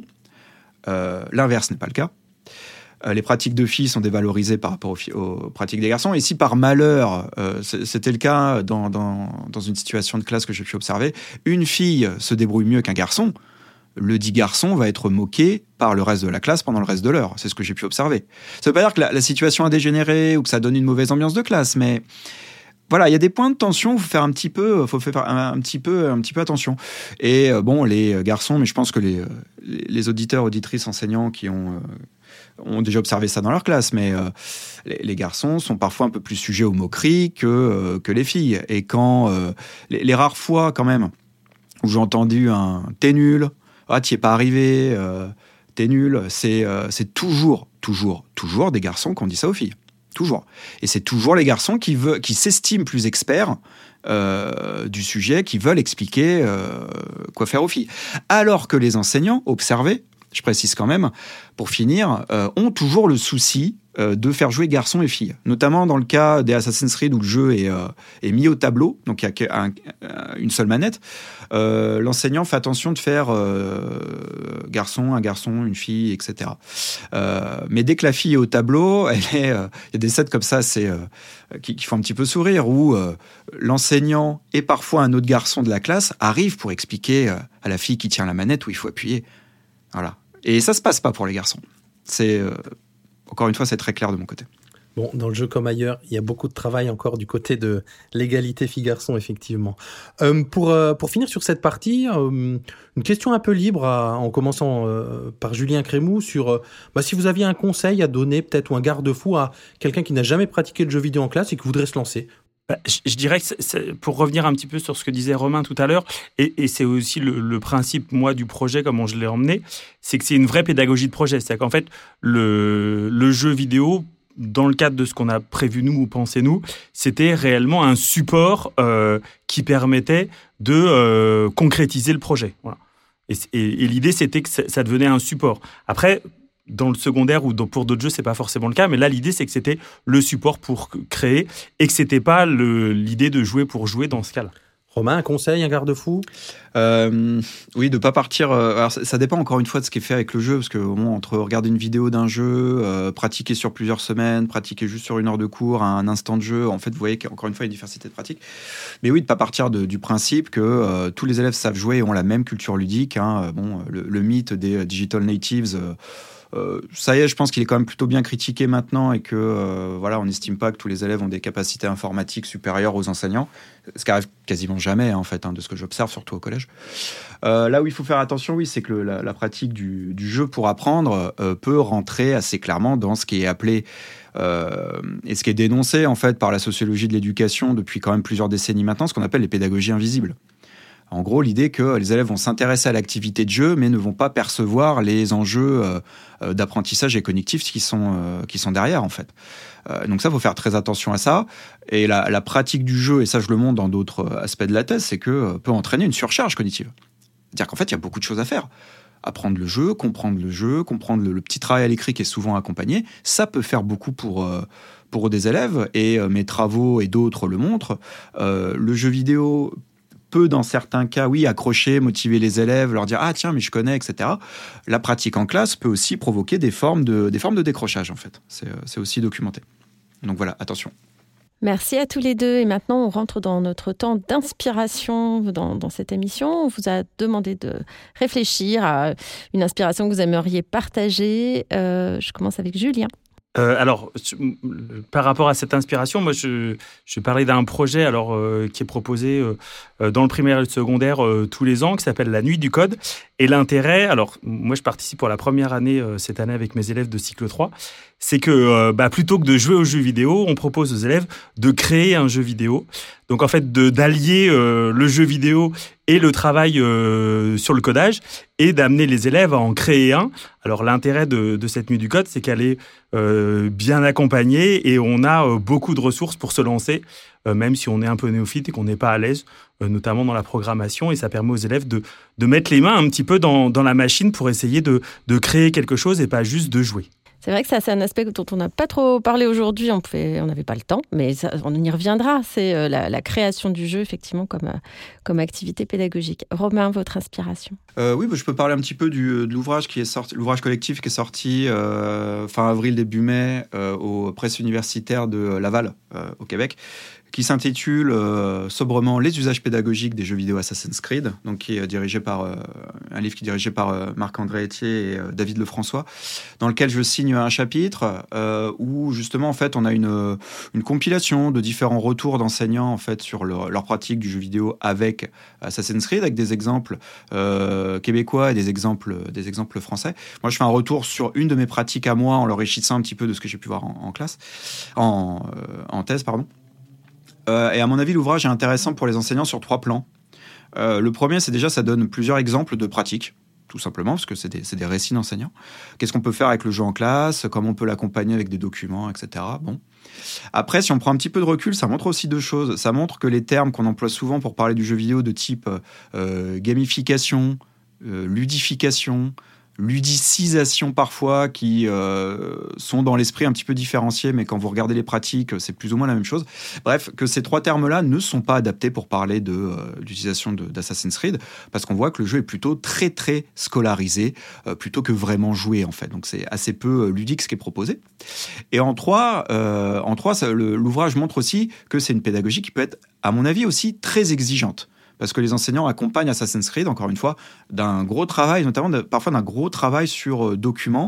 Euh, l'inverse n'est pas le cas. Euh, les pratiques de filles sont dévalorisées par rapport aux, filles, aux pratiques des garçons. Et si par malheur, euh, c'était le cas dans, dans, dans une situation de classe que j'ai pu observer, une fille se débrouille mieux qu'un garçon, le dit garçon va être moqué par le reste de la classe pendant le reste de l'heure. C'est ce que j'ai pu observer. Ça ne veut pas dire que la, la situation a dégénéré ou que ça donne une mauvaise ambiance de classe, mais... Voilà, il y a des points de tension, il faut faire un petit peu, faut faire un, un petit peu, un petit peu attention. Et euh, bon, les garçons, mais je pense que les, les auditeurs, auditrices, enseignants qui ont, euh, ont déjà observé ça dans leur classe, mais euh, les, les garçons sont parfois un peu plus sujets aux moqueries que, euh, que les filles. Et quand, euh, les, les rares fois quand même, où j'ai entendu un « t'es nul »,« ah, t'y es pas arrivé euh, »,« t'es nul », c'est, euh, c'est toujours, toujours, toujours des garçons qui ont dit ça aux filles. Toujours. Et c'est toujours les garçons qui, veulent, qui s'estiment plus experts euh, du sujet, qui veulent expliquer euh, quoi faire aux filles. Alors que les enseignants, observés, je précise quand même, pour finir, euh, ont toujours le souci euh, de faire jouer garçons et filles. Notamment dans le cas des Assassin's Creed où le jeu est, euh, est mis au tableau, donc il y a un, une seule manette. Euh, l'enseignant fait attention de faire euh, garçon, un garçon, une fille, et cetera. Euh, mais dès que la fille est au tableau, elle est, euh, il y a des scènes comme ça, c'est euh, qui, qui font un petit peu sourire, où euh, l'enseignant et parfois un autre garçon de la classe arrivent pour expliquer euh, à la fille qui tient la manette où il faut appuyer. Voilà. Et ça se passe pas pour les garçons. C'est euh, encore une fois, c'est très clair de mon côté. Bon, dans le jeu comme ailleurs, il y a beaucoup de travail encore du côté de l'égalité filles-garçons, effectivement. Euh, pour, euh, pour finir sur cette partie, euh, une question un peu libre, à, en commençant euh, par Julien Crémou, sur euh, bah, si vous aviez un conseil à donner, peut-être, ou un garde-fou à quelqu'un qui n'a jamais pratiqué le jeu vidéo en classe et qui voudrait se lancer. Bah, je, je dirais que c'est, c'est, pour revenir un petit peu sur ce que disait Romain tout à l'heure, et, et c'est aussi le, le principe, moi, du projet, comment je l'ai emmené, c'est que c'est une vraie pédagogie de projet. C'est-à-dire qu'en fait, le, le jeu vidéo, dans le cadre de ce qu'on a prévu nous ou pensé nous, c'était réellement un support euh, qui permettait de euh, concrétiser le projet. Voilà. Et, et, et l'idée, c'était que ça, ça devenait un support. Après, dans le secondaire ou dans, pour d'autres jeux, c'est pas forcément le cas. Mais là, l'idée, c'est que c'était le support pour créer et que c'était pas le, l'idée de jouer pour jouer dans ce cas-là. Romain, un conseil, un garde-fou ? Euh, oui, de pas partir. Euh, alors ça, ça dépend encore une fois de ce qui est fait avec le jeu, parce que au moins, entre regarder une vidéo d'un jeu, euh, pratiquer sur plusieurs semaines, pratiquer juste sur une heure de cours, à un instant de jeu, en fait, vous voyez qu'encore une fois, il y a une diversité de pratiques. Mais oui, de pas partir de, du principe que euh, tous les élèves savent jouer et ont la même culture ludique. Hein. Bon, le, le mythe des digital natives. Euh, Euh, ça y est, je pense qu'il est quand même plutôt bien critiqué maintenant et que euh, voilà, on n'estime pas que tous les élèves ont des capacités informatiques supérieures aux enseignants, ce qui arrive quasiment jamais hein, en fait, hein, de ce que j'observe, surtout au collège. Euh, là où il faut faire attention, oui, c'est que le, la, la pratique du, du jeu pour apprendre euh, peut rentrer assez clairement dans ce qui est appelé euh, et ce qui est dénoncé en fait par la sociologie de l'éducation depuis quand même plusieurs décennies maintenant, ce qu'on appelle les pédagogies invisibles. En gros, l'idée que les élèves vont s'intéresser à l'activité de jeu, mais ne vont pas percevoir les enjeux euh, d'apprentissage et cognitifs qui sont, euh, qui sont derrière, en fait. Euh, donc ça, il faut faire très attention à ça. Et la, la pratique du jeu, et ça, je le montre dans d'autres aspects de la thèse, c'est que euh, peut entraîner une surcharge cognitive. C'est-à-dire qu'en fait, il y a beaucoup de choses à faire. Apprendre le jeu, comprendre le jeu, comprendre le, le petit travail à l'écrit qui est souvent accompagné, ça peut faire beaucoup pour... Euh, pour des élèves, et euh, mes travaux et d'autres le montrent. Euh, le jeu vidéo peut, dans certains cas, oui, accrocher, motiver les élèves, leur dire « Ah, tiens, mais je connais, et cetera » La pratique en classe peut aussi provoquer des formes de, des formes de décrochage, en fait. C'est, c'est aussi documenté. Donc voilà, attention. Merci à tous les deux. Et maintenant, on rentre dans notre temps d'inspiration dans, dans cette émission. On vous a demandé de réfléchir à une inspiration que vous aimeriez partager. Euh, je commence avec Julien. Euh, alors, par rapport à cette inspiration, moi, je, je parlais d'un projet alors, euh, qui est proposé euh, dans le primaire et le secondaire euh, tous les ans, qui s'appelle la Nuit du Code. Et l'intérêt, alors, moi, je participe pour la première année euh, cette année avec mes élèves de cycle trois, c'est que euh, bah, plutôt que de jouer aux jeux vidéo, on propose aux élèves de créer un jeu vidéo. Donc, en fait, de, d'allier euh, le jeu vidéo et le travail euh, sur le codage et d'amener les élèves à en créer un. Alors, l'intérêt de, de cette Nuit du Code, c'est qu'elle est euh, bien accompagnée et on a euh, beaucoup de ressources pour se lancer, euh, même si on est un peu néophyte et qu'on n'est pas à l'aise, euh, notamment dans la programmation. Et ça permet aux élèves de, de mettre les mains un petit peu dans, dans la machine pour essayer de, de créer quelque chose et pas juste de jouer. C'est vrai que ça, c'est un aspect dont on n'a pas trop parlé aujourd'hui. On pouvait, on n'avait pas le temps, mais ça, on y reviendra. C'est euh, la, la création du jeu, effectivement, comme, euh, comme activité pédagogique. Romain, votre inspiration ? euh, Oui, bah, je peux parler un petit peu du, de l'ouvrage qui est sorti, l'ouvrage collectif qui est sorti euh, fin avril, début mai, euh, aux presses universitaires de Laval, euh, au Québec, qui s'intitule euh, sobrement « Les usages pédagogiques des jeux vidéo Assassin's Creed », donc qui est dirigé par euh, un livre qui est dirigé par euh, Marc-André Etier et euh, David Lefrançois, dans lequel je signe un chapitre euh, où justement en fait on a une une compilation de différents retours d'enseignants en fait sur leur, leur pratique du jeu vidéo avec Assassin's Creed, avec des exemples euh, québécois et des exemples des exemples français. Moi, je fais un retour sur une de mes pratiques à moi en l'enrichissant un petit peu de ce que j'ai pu voir en, en classe, en euh, en thèse pardon. Euh, et à mon avis, l'ouvrage est intéressant pour les enseignants sur trois plans. Euh, le premier, c'est déjà, ça donne plusieurs exemples de pratiques, tout simplement, parce que c'est des, c'est des récits d'enseignants. Qu'est-ce qu'on peut faire avec le jeu en classe, comment on peut l'accompagner avec des documents, et cetera. Bon. Après, si on prend un petit peu de recul, ça montre aussi deux choses. Ça montre que les termes qu'on emploie souvent pour parler du jeu vidéo de type euh, gamification, euh, ludification, ludicisation parfois, qui euh, sont dans l'esprit un petit peu différenciés, mais quand vous regardez les pratiques, c'est plus ou moins la même chose. Bref, que ces trois termes-là ne sont pas adaptés pour parler de euh, l'utilisation de, d'Assassin's Creed, parce qu'on voit que le jeu est plutôt très très scolarisé, euh, plutôt que vraiment joué en fait. Donc c'est assez peu euh, ludique ce qui est proposé. Et en trois, euh, en trois ça, le, l'ouvrage montre aussi que c'est une pédagogie qui peut être, à mon avis aussi, très exigeante. Parce que les enseignants accompagnent Assassin's Creed, encore une fois, d'un gros travail, notamment de, parfois d'un gros travail sur euh, documents,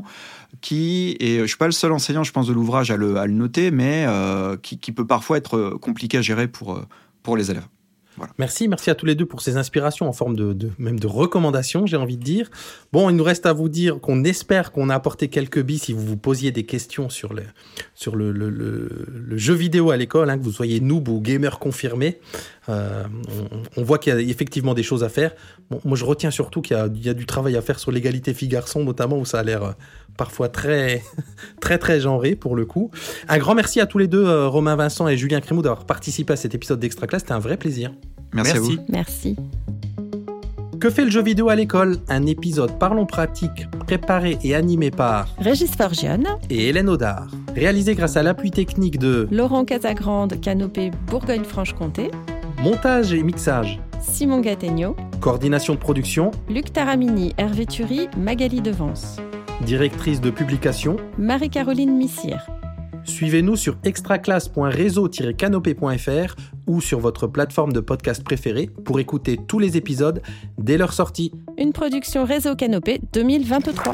qui, et je ne suis pas le seul enseignant, je pense, de l'ouvrage à le, à le noter, mais euh, qui, qui peut parfois être compliqué à gérer pour, pour les élèves. Voilà. Merci, merci à tous les deux pour ces inspirations en forme de, de même de recommandations, j'ai envie de dire. Bon, il nous reste à vous dire qu'on espère qu'on a apporté quelques billes si vous vous posiez des questions sur le, sur le, le, le, le jeu vidéo à l'école, hein, que vous soyez noob ou gamer confirmé. Euh, on, on voit qu'il y a effectivement des choses à faire. Bon, moi, je retiens surtout qu'il y a, il y a du travail à faire sur l'égalité filles-garçons, notamment où ça a l'air parfois très, très, très genré pour le coup. Un grand merci à tous les deux, euh, Romain Vincent et Julien Crémou, d'avoir participé à cet épisode d'Extra Classe. C'était un vrai plaisir. Merci, merci. à vous. Merci. Que fait le jeu vidéo à l'école ? Un épisode Parlons pratique, préparé et animé par Régis Forgione et Hélène Audard. Réalisé grâce à l'appui technique de Laurent Casagrande, Canopée Bourgogne-Franche-Comté, montage et mixage, Simon Gattegno, coordination de production, Luc Taramini, Hervé Thury, Magali Devance, directrice de publication. Marie-Caroline Missire. Suivez-nous sur extraclasse point réseau tiret canopé point f r ou sur votre plateforme de podcast préférée pour écouter tous les épisodes dès leur sortie. Une production Réseau Canopé deux mille vingt-trois.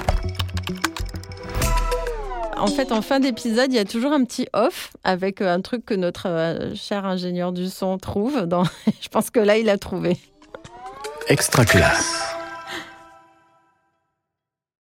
En fait, en fin d'épisode, il y a toujours un petit off avec un truc que notre euh, cher ingénieur du son trouve. Dans... Je pense que là, il a trouvé. Extra classe.